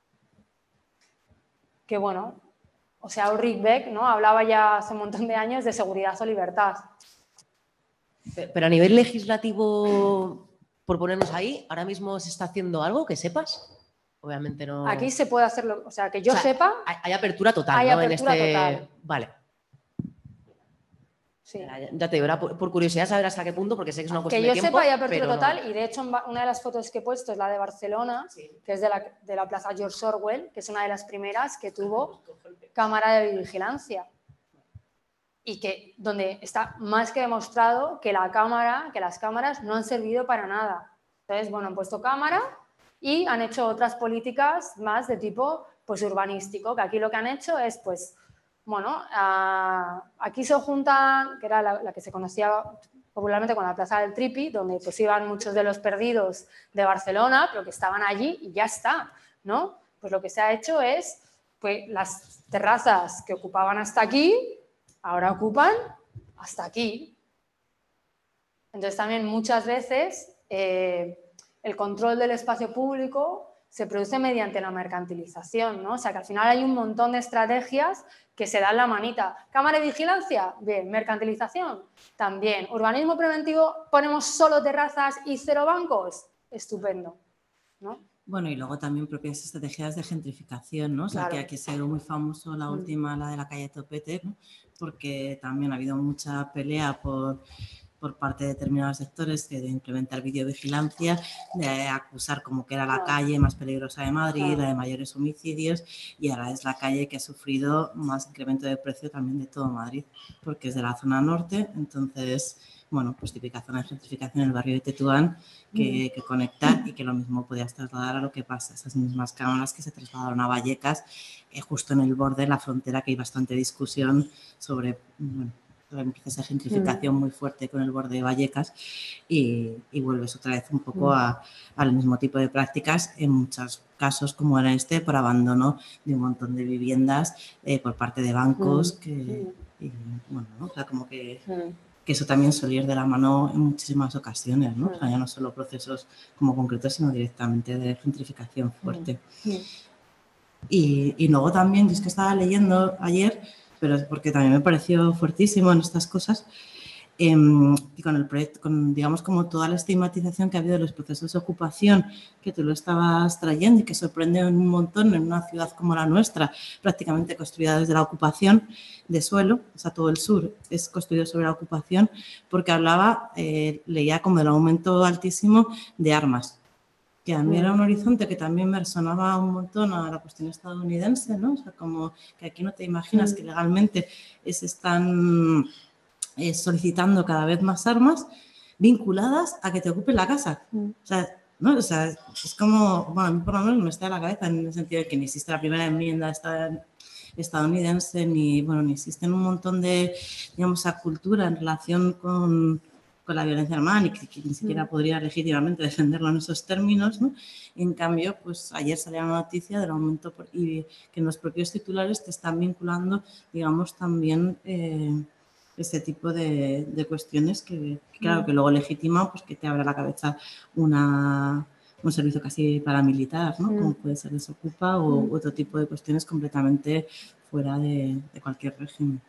que, bueno, o sea, Ulrich Beck, ¿no?, hablaba ya hace un montón de años de seguridad o libertad. Pero a nivel legislativo, por ponernos ahí, ¿ahora mismo se está haciendo algo que sepas? Obviamente no... Aquí se puede hacerlo, o sea, que yo sepa... Hay apertura total, hay ¿no? apertura total. Vale. Sí. Ya te digo, era por curiosidad saber hasta qué punto, porque sé que es una cuestión Que de yo tiempo. sepa, hay apertura pero total, no. y de hecho una de las fotos que he puesto es la de Barcelona, que es de la Plaza George Orwell, que es una de las primeras que tuvo cámara de vigilancia. Y que donde está más que demostrado que las cámaras no han servido para nada. Entonces, bueno, han puesto cámara y han hecho otras políticas más de tipo pues urbanístico, que aquí lo que han hecho es pues bueno, aquí se juntan, que era la que se conocía popularmente con la Plaza del Tripi, donde pues iban muchos de los perdidos de Barcelona, pero que estaban allí y ya está, ¿no? Pues lo que se ha hecho es, pues las terrazas que ocupaban hasta aquí, ahora ocupan hasta aquí. Entonces también muchas veces el control del espacio público se produce mediante la mercantilización, ¿no? O sea que al final hay un montón de estrategias que se dan la manita. Cámara de vigilancia, bien. Mercantilización, también. Urbanismo preventivo, ponemos solo terrazas y 0 bancos, estupendo, ¿no? Bueno, y luego también propias estrategias de gentrificación, ¿no? O sea, que aquí ha sido muy famoso la última, la de la calle Topete, ¿no? Porque también ha habido mucha pelea por parte de determinados sectores de implementar videovigilancia, de acusar como que era la calle más peligrosa de Madrid, la de mayores homicidios, y ahora es la calle que ha sufrido más incremento de precio también de todo Madrid, porque es de la zona norte, entonces, bueno, pues típica zona de gentrificación en el barrio de Tetuán que conecta y que lo mismo podías trasladar a lo que pasa, esas mismas cámaras que se trasladaron a Vallecas, justo en el borde de la frontera, que hay bastante discusión sobre, bueno, un proceso de gentrificación muy fuerte con el borde de Vallecas y vuelves otra vez un poco al mismo tipo de prácticas, en muchos casos como era este, por abandono de un montón de viviendas por parte de bancos y, bueno, ¿no? O sea, como que eso también suele ir de la mano en muchísimas ocasiones, ¿no? O sea, ya no solo procesos como concretos, sino directamente de gentrificación fuerte. Y luego también, yo es que estaba leyendo ayer, pero es porque también me pareció fuertísimo en estas cosas, y con el proyecto, con, digamos, como toda la estigmatización que ha habido de los procesos de ocupación, que tú lo estabas trayendo y que sorprende un montón en una ciudad como la nuestra, prácticamente construida desde la ocupación de suelo, o sea, todo el sur es construido sobre la ocupación, porque hablaba, leía como del aumento altísimo de armas, que a mí era un horizonte que también me resonaba un montón a la cuestión estadounidense, ¿no? O sea, como que aquí no te imaginas que legalmente se están solicitando cada vez más armas vinculadas a que te ocupen la casa. O sea, ¿no? O sea, es como, bueno, a mí por lo menos me está en la cabeza en el sentido de que ni existe la primera enmienda estadounidense, ni, bueno, ni existen un montón de, digamos, esa cultura en relación con la violencia armada, ni que ni siquiera podría legítimamente defenderlo en esos términos, ¿no? En cambio, pues ayer salía una noticia del aumento y que en los propios titulares te están vinculando, digamos, también este tipo de cuestiones que claro, que luego legitiman, pues que te abra la cabeza un servicio casi paramilitar, ¿no? Como puede ser Desocupa o otro tipo de cuestiones completamente fuera de cualquier régimen.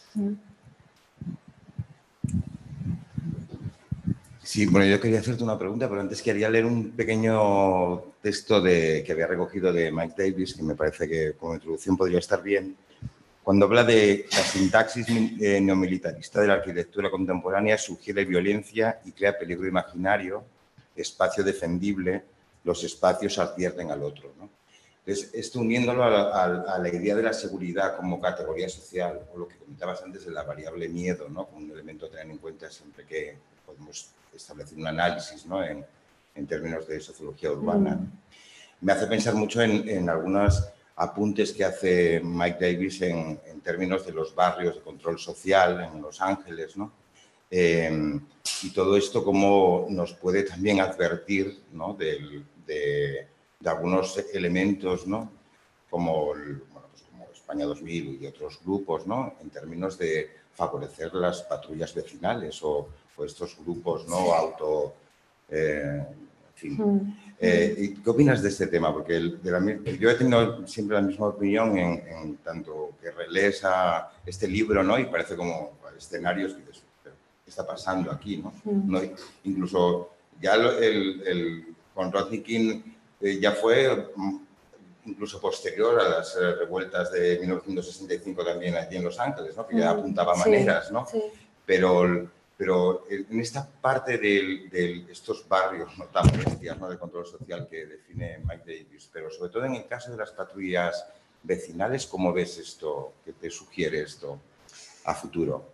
Sí, bueno, yo quería hacerte una pregunta, pero antes quería leer un pequeño texto que había recogido de Mike Davis, que me parece que como introducción podría estar bien, cuando habla de la sintaxis neomilitarista de la arquitectura contemporánea, sugiere violencia y crea peligro imaginario, espacio defendible, los espacios advierten al otro, ¿no? Entonces, esto uniéndolo a la idea de la seguridad como categoría social, o lo que comentabas antes de la variable miedo, ¿no? Como un elemento a tener en cuenta siempre que podemos establecer un análisis, ¿no? en términos de sociología urbana. Me hace pensar mucho en algunos apuntes que hace Mike Davis en términos de los barrios de control social en Los Ángeles, ¿no? Y todo esto cómo nos puede también advertir, ¿no? de algunos elementos, ¿no? Como, pues como España 2000 y otros grupos, ¿no? En términos de favorecer las patrullas vecinales o estos grupos, ¿no? En fin. ¿Qué opinas de este tema? Porque yo he tenido siempre la misma opinión en tanto que relees a este libro, ¿no? Y parece como escenarios que dices, ¿qué está pasando aquí, no? Incluso ya con Rodney King ya fue incluso posterior a las revueltas de 1965 también allí en Los Ángeles, ¿no? Que ya apuntaba maneras, ¿no? pero en esta parte de estos barrios no tan bestias, ¿no?, de control social que define Mike Davis, pero sobre todo en el caso de las patrullas vecinales, ¿cómo ves esto? ¿Qué te sugiere esto a futuro?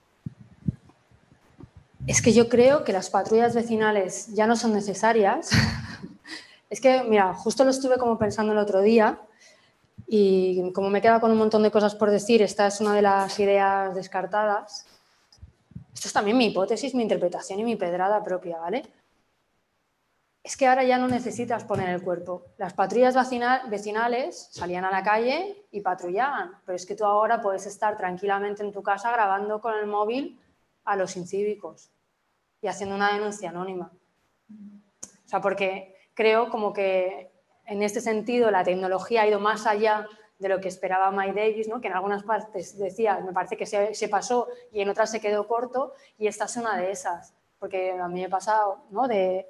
Es que yo creo que las patrullas vecinales ya no son necesarias. Es que, mira, justo lo estuve como pensando el otro día y como me queda con un montón de cosas por decir, esta es una de las ideas descartadas. Esto es también mi hipótesis, mi interpretación y mi pedrada propia, ¿vale? Es que ahora ya no necesitas poner el cuerpo. Las patrullas vecinales salían a la calle y patrullaban, pero es que tú ahora puedes estar tranquilamente en tu casa grabando con el móvil a los incívicos y haciendo una denuncia anónima. O sea, porque creo como que en este sentido la tecnología ha ido más allá de lo que esperaba Mike Davis, ¿no? Que en algunas partes decía, me parece que se pasó y en otras se quedó corto, y esta es una de esas, porque a mí me ha pasado, ¿no?, de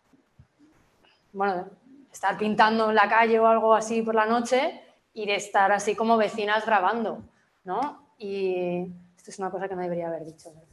estar pintando en la calle o algo así por la noche y de estar así como vecinas grabando, ¿no? Y esto es una cosa que no debería haber dicho, ¿no?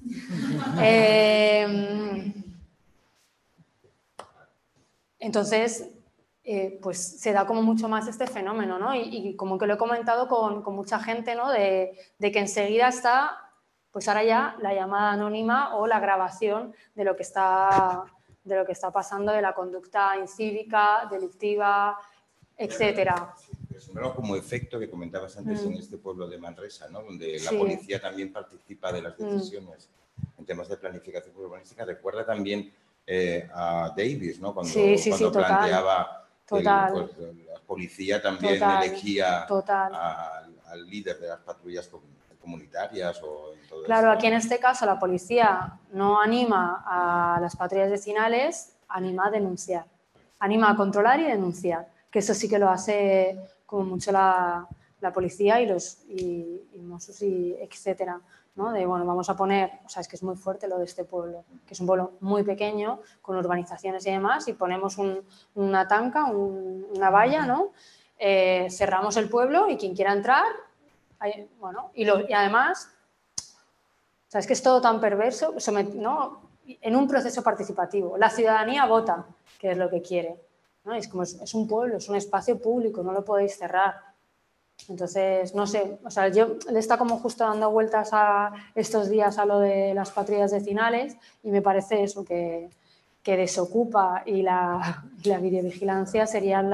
Entonces, pues se da como mucho más este fenómeno, ¿no? Y como que lo he comentado con mucha gente, ¿no? De que enseguida está, pues ahora ya la llamada anónima o la grabación de lo que está pasando, de la conducta incívica, delictiva, etcétera. Pero como efecto que comentabas antes en este pueblo de Manresa, ¿no?, donde la policía también participa de las decisiones en temas de planificación urbanística. Recuerda también a Davis, ¿no?, cuando planteaba que la policía también elegía al líder de las patrullas comunitarias o en todo Claro, esto. aquí en este caso la policía no anima a las patrullas vecinales, anima a denunciar, anima a controlar y denunciar, que eso sí que lo hace como mucho la policía y los Mossos y etcétera, ¿no? De, bueno, vamos a poner, o sea, es que es muy fuerte lo de este pueblo, que es un pueblo muy pequeño, con urbanizaciones y demás, y ponemos una tanca, una valla, ¿no? Cerramos el pueblo y quien quiera entrar, bueno, y además, o sea, es que es todo tan perverso, ¿no?, en un proceso participativo. La ciudadanía vota, que es lo que quiere, ¿no? Es como, es un pueblo, es un espacio público, no lo podéis cerrar. Entonces, no sé, o sea, yo le está como justo dando vueltas estos días a lo de las patrullas vecinales y me parece eso, que Desokupa y la videovigilancia serían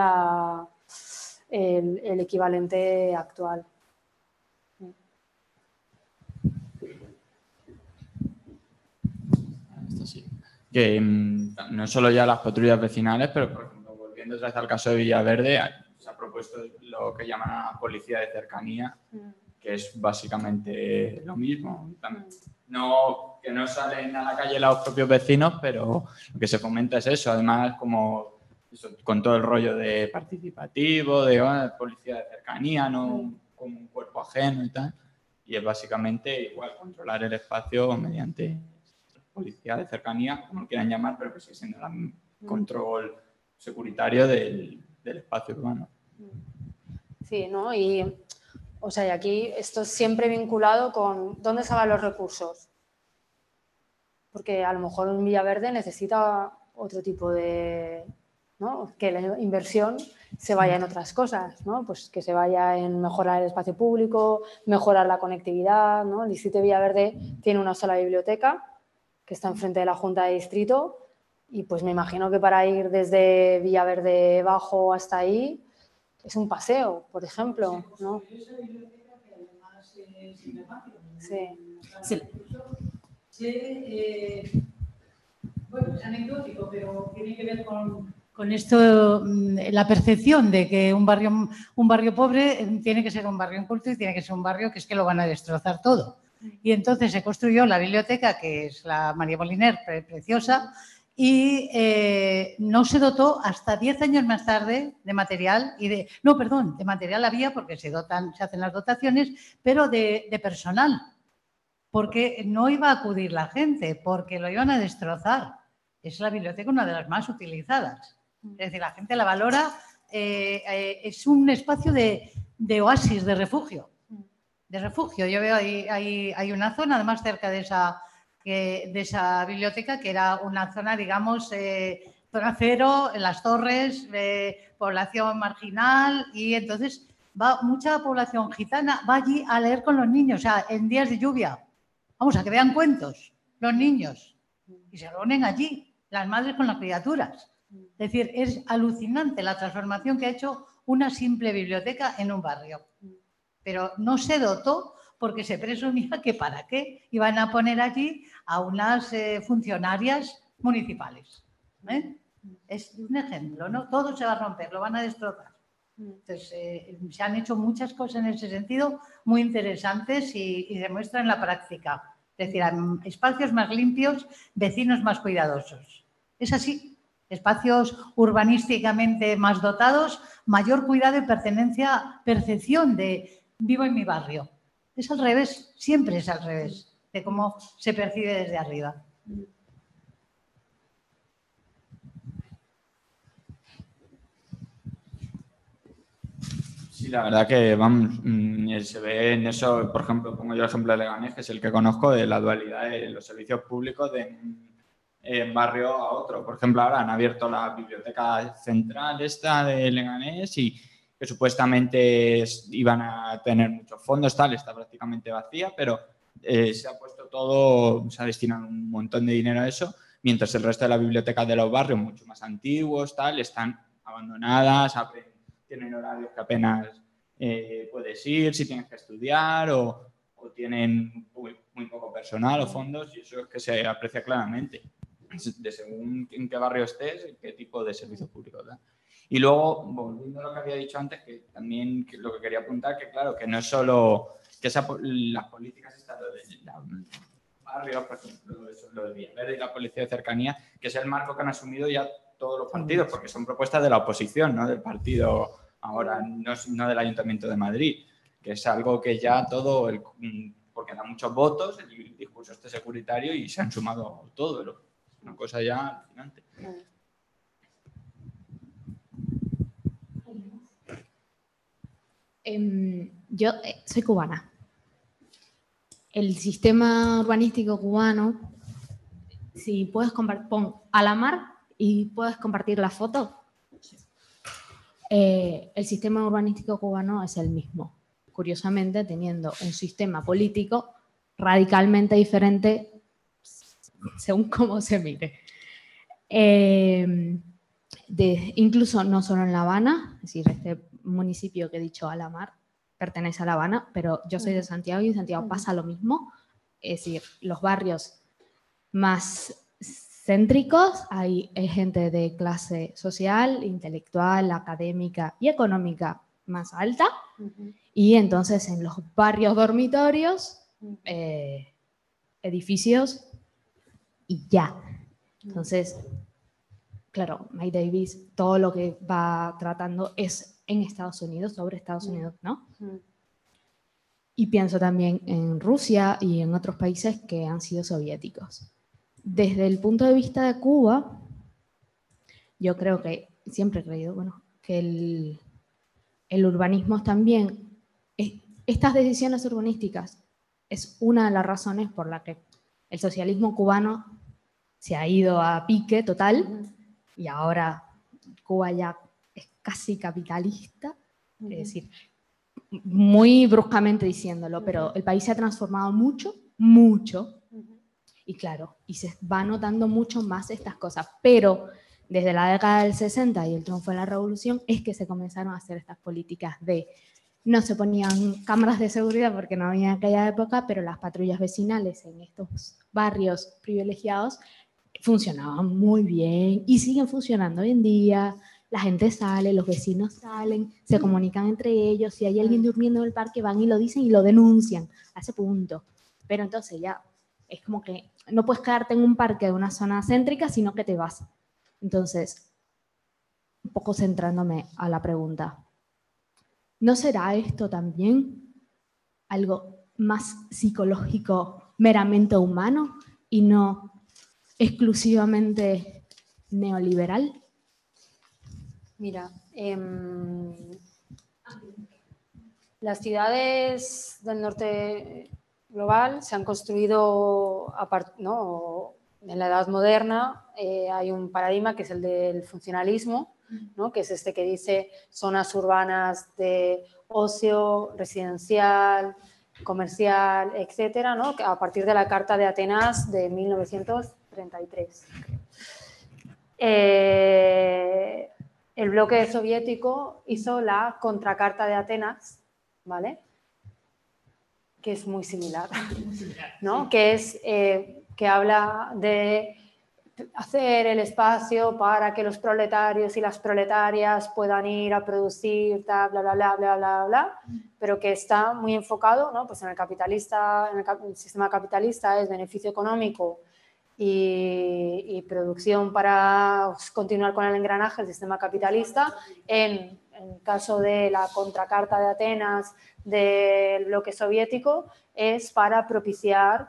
el equivalente actual. Esto sí. Que no solo ya las patrullas vecinales, pero por ejemplo, volviendo otra vez al caso de Villaverde, se ha propuesto lo que llaman a policía de cercanía, que es básicamente lo mismo. Que no salen a la calle los propios vecinos, pero lo que se fomenta es eso. Además, como eso, con todo el rollo de participativo, de policía de cercanía, no como un cuerpo ajeno y tal. Y es básicamente igual controlar el espacio mediante policía de cercanía, como lo quieran llamar, pero que sigue siendo el control securitario del espacio urbano. Sí, ¿no? Y aquí esto es siempre vinculado con dónde se van los recursos. Porque a lo mejor un Villaverde necesita otro tipo de, ¿no?, que la inversión se vaya en otras cosas, ¿no? Pues que se vaya en mejorar el espacio público, mejorar la conectividad, ¿no? El distrito de Villaverde tiene una sola biblioteca que está enfrente de la Junta de Distrito y pues me imagino que para ir desde Villaverde Bajo hasta ahí es un paseo, por ejemplo, ¿no? Sí. Bueno, es anecdótico, pero tiene que ver con esto, la percepción de que un barrio pobre tiene que ser un barrio inculto y tiene que ser un barrio que es que lo van a destrozar todo. Y entonces se construyó la biblioteca, que es la María Moliner, preciosa, y no se dotó hasta 10 años más tarde de material, de material había porque se hacen las dotaciones, pero de personal. Porque no iba a acudir la gente, porque lo iban a destrozar. Es la biblioteca una de las más utilizadas. Es decir, la gente la valora, es un espacio de oasis, de refugio. Yo veo hay una zona, además cerca de esa de esa biblioteca, que era una zona, digamos, zona cero, en las Torres, población marginal, y entonces va mucha población gitana, va allí a leer con los niños, o sea, en días de lluvia. Vamos, a que vean cuentos los niños. Y se reúnen allí, las madres con las criaturas. Es decir, es alucinante la transformación que ha hecho una simple biblioteca en un barrio. Pero no se dotó porque se presumía que para qué iban a poner allí a unas funcionarias municipales. Es un ejemplo, ¿no? Todo se va a romper, lo van a destrozar. Entonces, se han hecho muchas cosas en ese sentido muy interesantes y demuestran la práctica. Es decir, espacios más limpios, vecinos más cuidadosos. Es así. Espacios urbanísticamente más dotados, mayor cuidado y percepción de vivo en mi barrio. Es al revés, siempre es al revés de cómo se percibe desde arriba. Sí, la verdad que vamos, se ve en eso, por ejemplo, pongo yo el ejemplo de Leganés, que es el que conozco, de la dualidad de los servicios públicos de un barrio a otro. Por ejemplo, ahora han abierto la biblioteca central esta de Leganés y que supuestamente iban a tener muchos fondos, tal, está prácticamente vacía, pero se ha puesto todo, se ha destinado un montón de dinero a eso, mientras el resto de las bibliotecas de los barrios, mucho más antiguos, tal, están abandonadas, tienen horarios que apenas puedes ir si tienes que estudiar o tienen muy poco personal o fondos, y eso es que se aprecia claramente de según en qué barrio estés, qué tipo de servicio público da. Y luego, volviendo a lo que había dicho antes, que también lo que quería apuntar, que claro, que no es solo que las políticas estas de barrios, por ejemplo, lo de Villaverde y la policía de cercanía, que es el marco que han asumido ya todos los partidos, porque son propuestas de la oposición, no del partido ahora, no del Ayuntamiento de Madrid, que es algo que ya todo, porque da muchos votos, el discurso este securitario, y se han sumado todo, una cosa ya alucinante. Yo soy cubana. El sistema urbanístico cubano, si puedes pon a la mar y puedes compartir la foto, el sistema urbanístico cubano es el mismo, curiosamente teniendo un sistema político radicalmente diferente según cómo se mire. Incluso no solo en La Habana, es decir, este municipio que he dicho, Alamar, pertenece a La Habana, pero yo soy de Santiago y en Santiago pasa lo mismo. Es decir, los barrios más céntricos hay gente de clase social, intelectual, académica y económica más alta, y entonces en los barrios dormitorios, edificios y ya. Entonces, claro, Mike Davis, todo lo que va tratando es en Estados Unidos, sobre Estados Unidos, ¿no? Y pienso también en Rusia y en otros países que han sido soviéticos. Desde el punto de vista de Cuba, yo creo que, siempre he creído, bueno, que el urbanismo también, estas decisiones urbanísticas es una de las razones por la que el socialismo cubano se ha ido a pique total y ahora Cuba ya es casi capitalista, es decir, muy bruscamente diciéndolo, pero el país se ha transformado mucho, mucho, y claro, y se va notando mucho más estas cosas, pero desde la década del 60 y el triunfo de la revolución es que se comenzaron a hacer estas políticas de, no se ponían cámaras de seguridad porque no había en aquella época, pero las patrullas vecinales en estos barrios privilegiados funcionaban muy bien y siguen funcionando hoy en día. La gente sale, los vecinos salen, se comunican entre ellos. Si hay alguien durmiendo en el parque, van y lo dicen y lo denuncian a ese punto. Pero entonces ya es como que no puedes quedarte en un parque de una zona céntrica, sino que te vas. Entonces, un poco centrándome a la pregunta, ¿no será esto también algo más psicológico, meramente humano y no exclusivamente neoliberal? Mira, las ciudades del norte global. Se han construido, ¿no? En la Edad Moderna hay un paradigma que es el del funcionalismo, ¿no? Que es este que dice zonas urbanas de ocio, residencial, comercial, etcétera, ¿no? A partir de la Carta de Atenas de 1933. El bloque soviético hizo la Contracarta de Atenas, ¿vale? Que es muy similar, ¿no? Que es que habla de hacer el espacio para que los proletarios y las proletarias puedan ir a producir, bla, bla, bla, bla, bla, bla, bla, pero que está muy enfocado, ¿no? Pues en el capitalista, en el sistema capitalista es beneficio económico y producción para continuar con el engranaje del sistema capitalista. En el caso de la Contracarta de Atenas del bloque soviético es para propiciar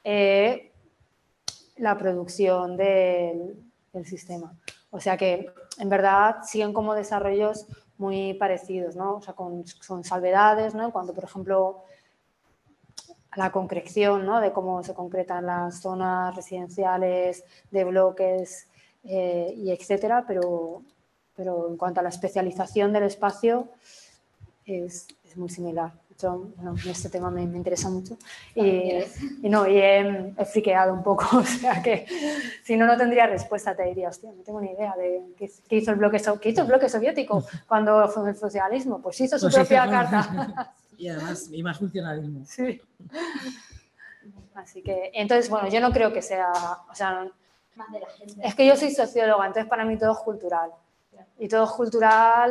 la producción del sistema. O sea que, en verdad, siguen como desarrollos muy parecidos, ¿no? O sea, con salvedades, ¿no? Cuando, por ejemplo, la concreción, ¿no? De cómo se concretan las zonas residenciales, de bloques y etcétera, pero en cuanto a la especialización del espacio es muy similar. Yo, bueno, este tema me interesa mucho y he friqueado un poco, o sea que si no, no tendría respuesta, te diría, hostia, no tengo ni idea de qué hizo el bloque soviético cuando fue el socialismo, pues hizo su propia carta. Y además, y más funcionalismo. Sí. Así que, entonces, bueno, yo no creo que sea, o sea, Más de la gente. es que yo soy socióloga, entonces para mí todo es cultural. Y todo es cultural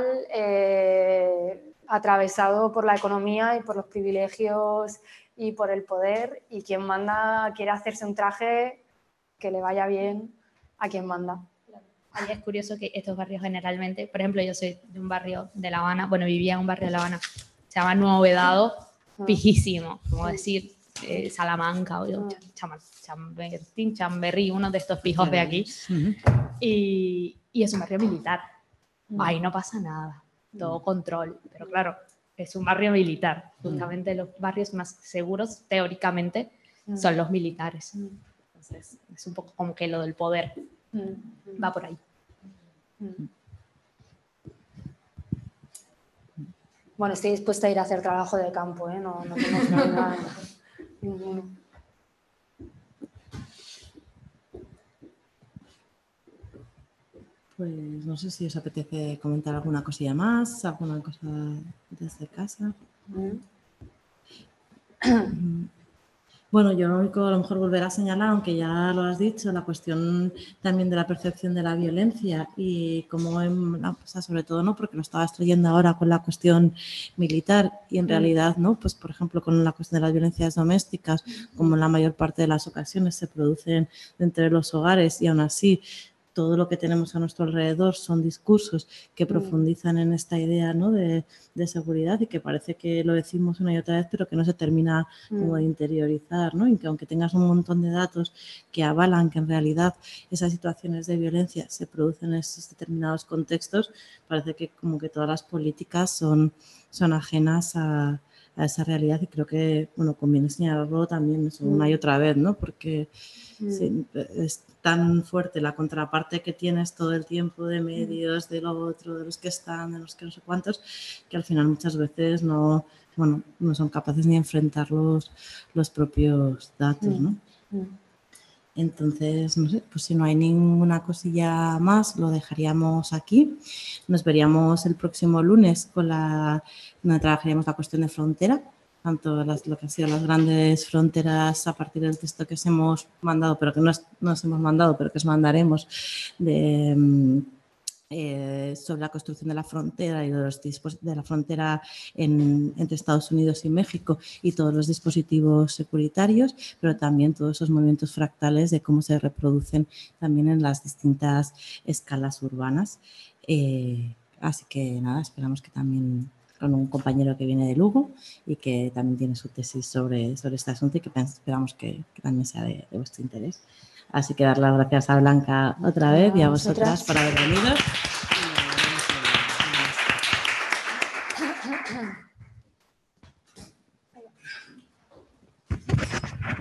atravesado por la economía y por los privilegios y por el poder, y quien manda quiere hacerse un traje que le vaya bien a quien manda. Ahí es curioso que estos barrios generalmente, por ejemplo, yo soy de un barrio de La Habana, bueno, vivía en un barrio de La Habana, se llama Nuevo Vedado, pijísimo, como decir Salamanca o Chamberrí, uno de estos pijos de aquí, y es un barrio militar. Ahí no pasa nada, todo control, pero claro, es un barrio militar. Justamente los barrios más seguros, teóricamente, son los militares. Entonces, es un poco como que lo del poder va por ahí. Bueno, estoy dispuesta a ir a hacer trabajo de campo, ¿eh? No tengo problema ninguno. Pues no sé si os apetece comentar alguna cosilla más, alguna cosa desde casa. Bueno, yo lo único, a lo mejor volver a señalar, aunque ya lo has dicho, la cuestión también de la percepción de la violencia y cómo, sobre todo, ¿no? Porque lo estabas trayendo ahora con la cuestión militar y en realidad, ¿no? Pues por ejemplo, con la cuestión de las violencias domésticas, como en la mayor parte de las ocasiones se producen dentro de los hogares y aún así todo lo que tenemos a nuestro alrededor son discursos que profundizan en esta idea, ¿no? de seguridad y que parece que lo decimos una y otra vez, pero que no se termina como de interiorizar, ¿no? Y que aunque tengas un montón de datos que avalan que en realidad esas situaciones de violencia se producen en esos determinados contextos, parece que como que todas las políticas son ajenas a esa realidad y creo que, bueno, conviene señalarlo también una y otra vez, ¿no? Porque sí, es tan fuerte la contraparte que tienes todo el tiempo de medios, de lo otro, de los que están, de los que no sé cuántos, que al final muchas veces no son capaces ni de enfrentar los propios datos, ¿no? Entonces, no sé, pues si no hay ninguna cosilla más, lo dejaríamos aquí. Nos veríamos el próximo lunes donde trabajaríamos la cuestión de frontera, tanto lo que han sido las grandes fronteras a partir del texto que os hemos mandado, pero que no os hemos mandado, pero que os mandaremos sobre la construcción de la frontera y de la frontera entre Estados Unidos y México y todos los dispositivos securitarios, pero también todos esos movimientos fractales de cómo se reproducen también en las distintas escalas urbanas. Así que nada, esperamos que también con un compañero que viene de Lugo y que también tiene su tesis sobre este asunto y que esperamos que también sea de vuestro interés. Así que dar las gracias a Blanca otra vez y a vosotras por haber venido.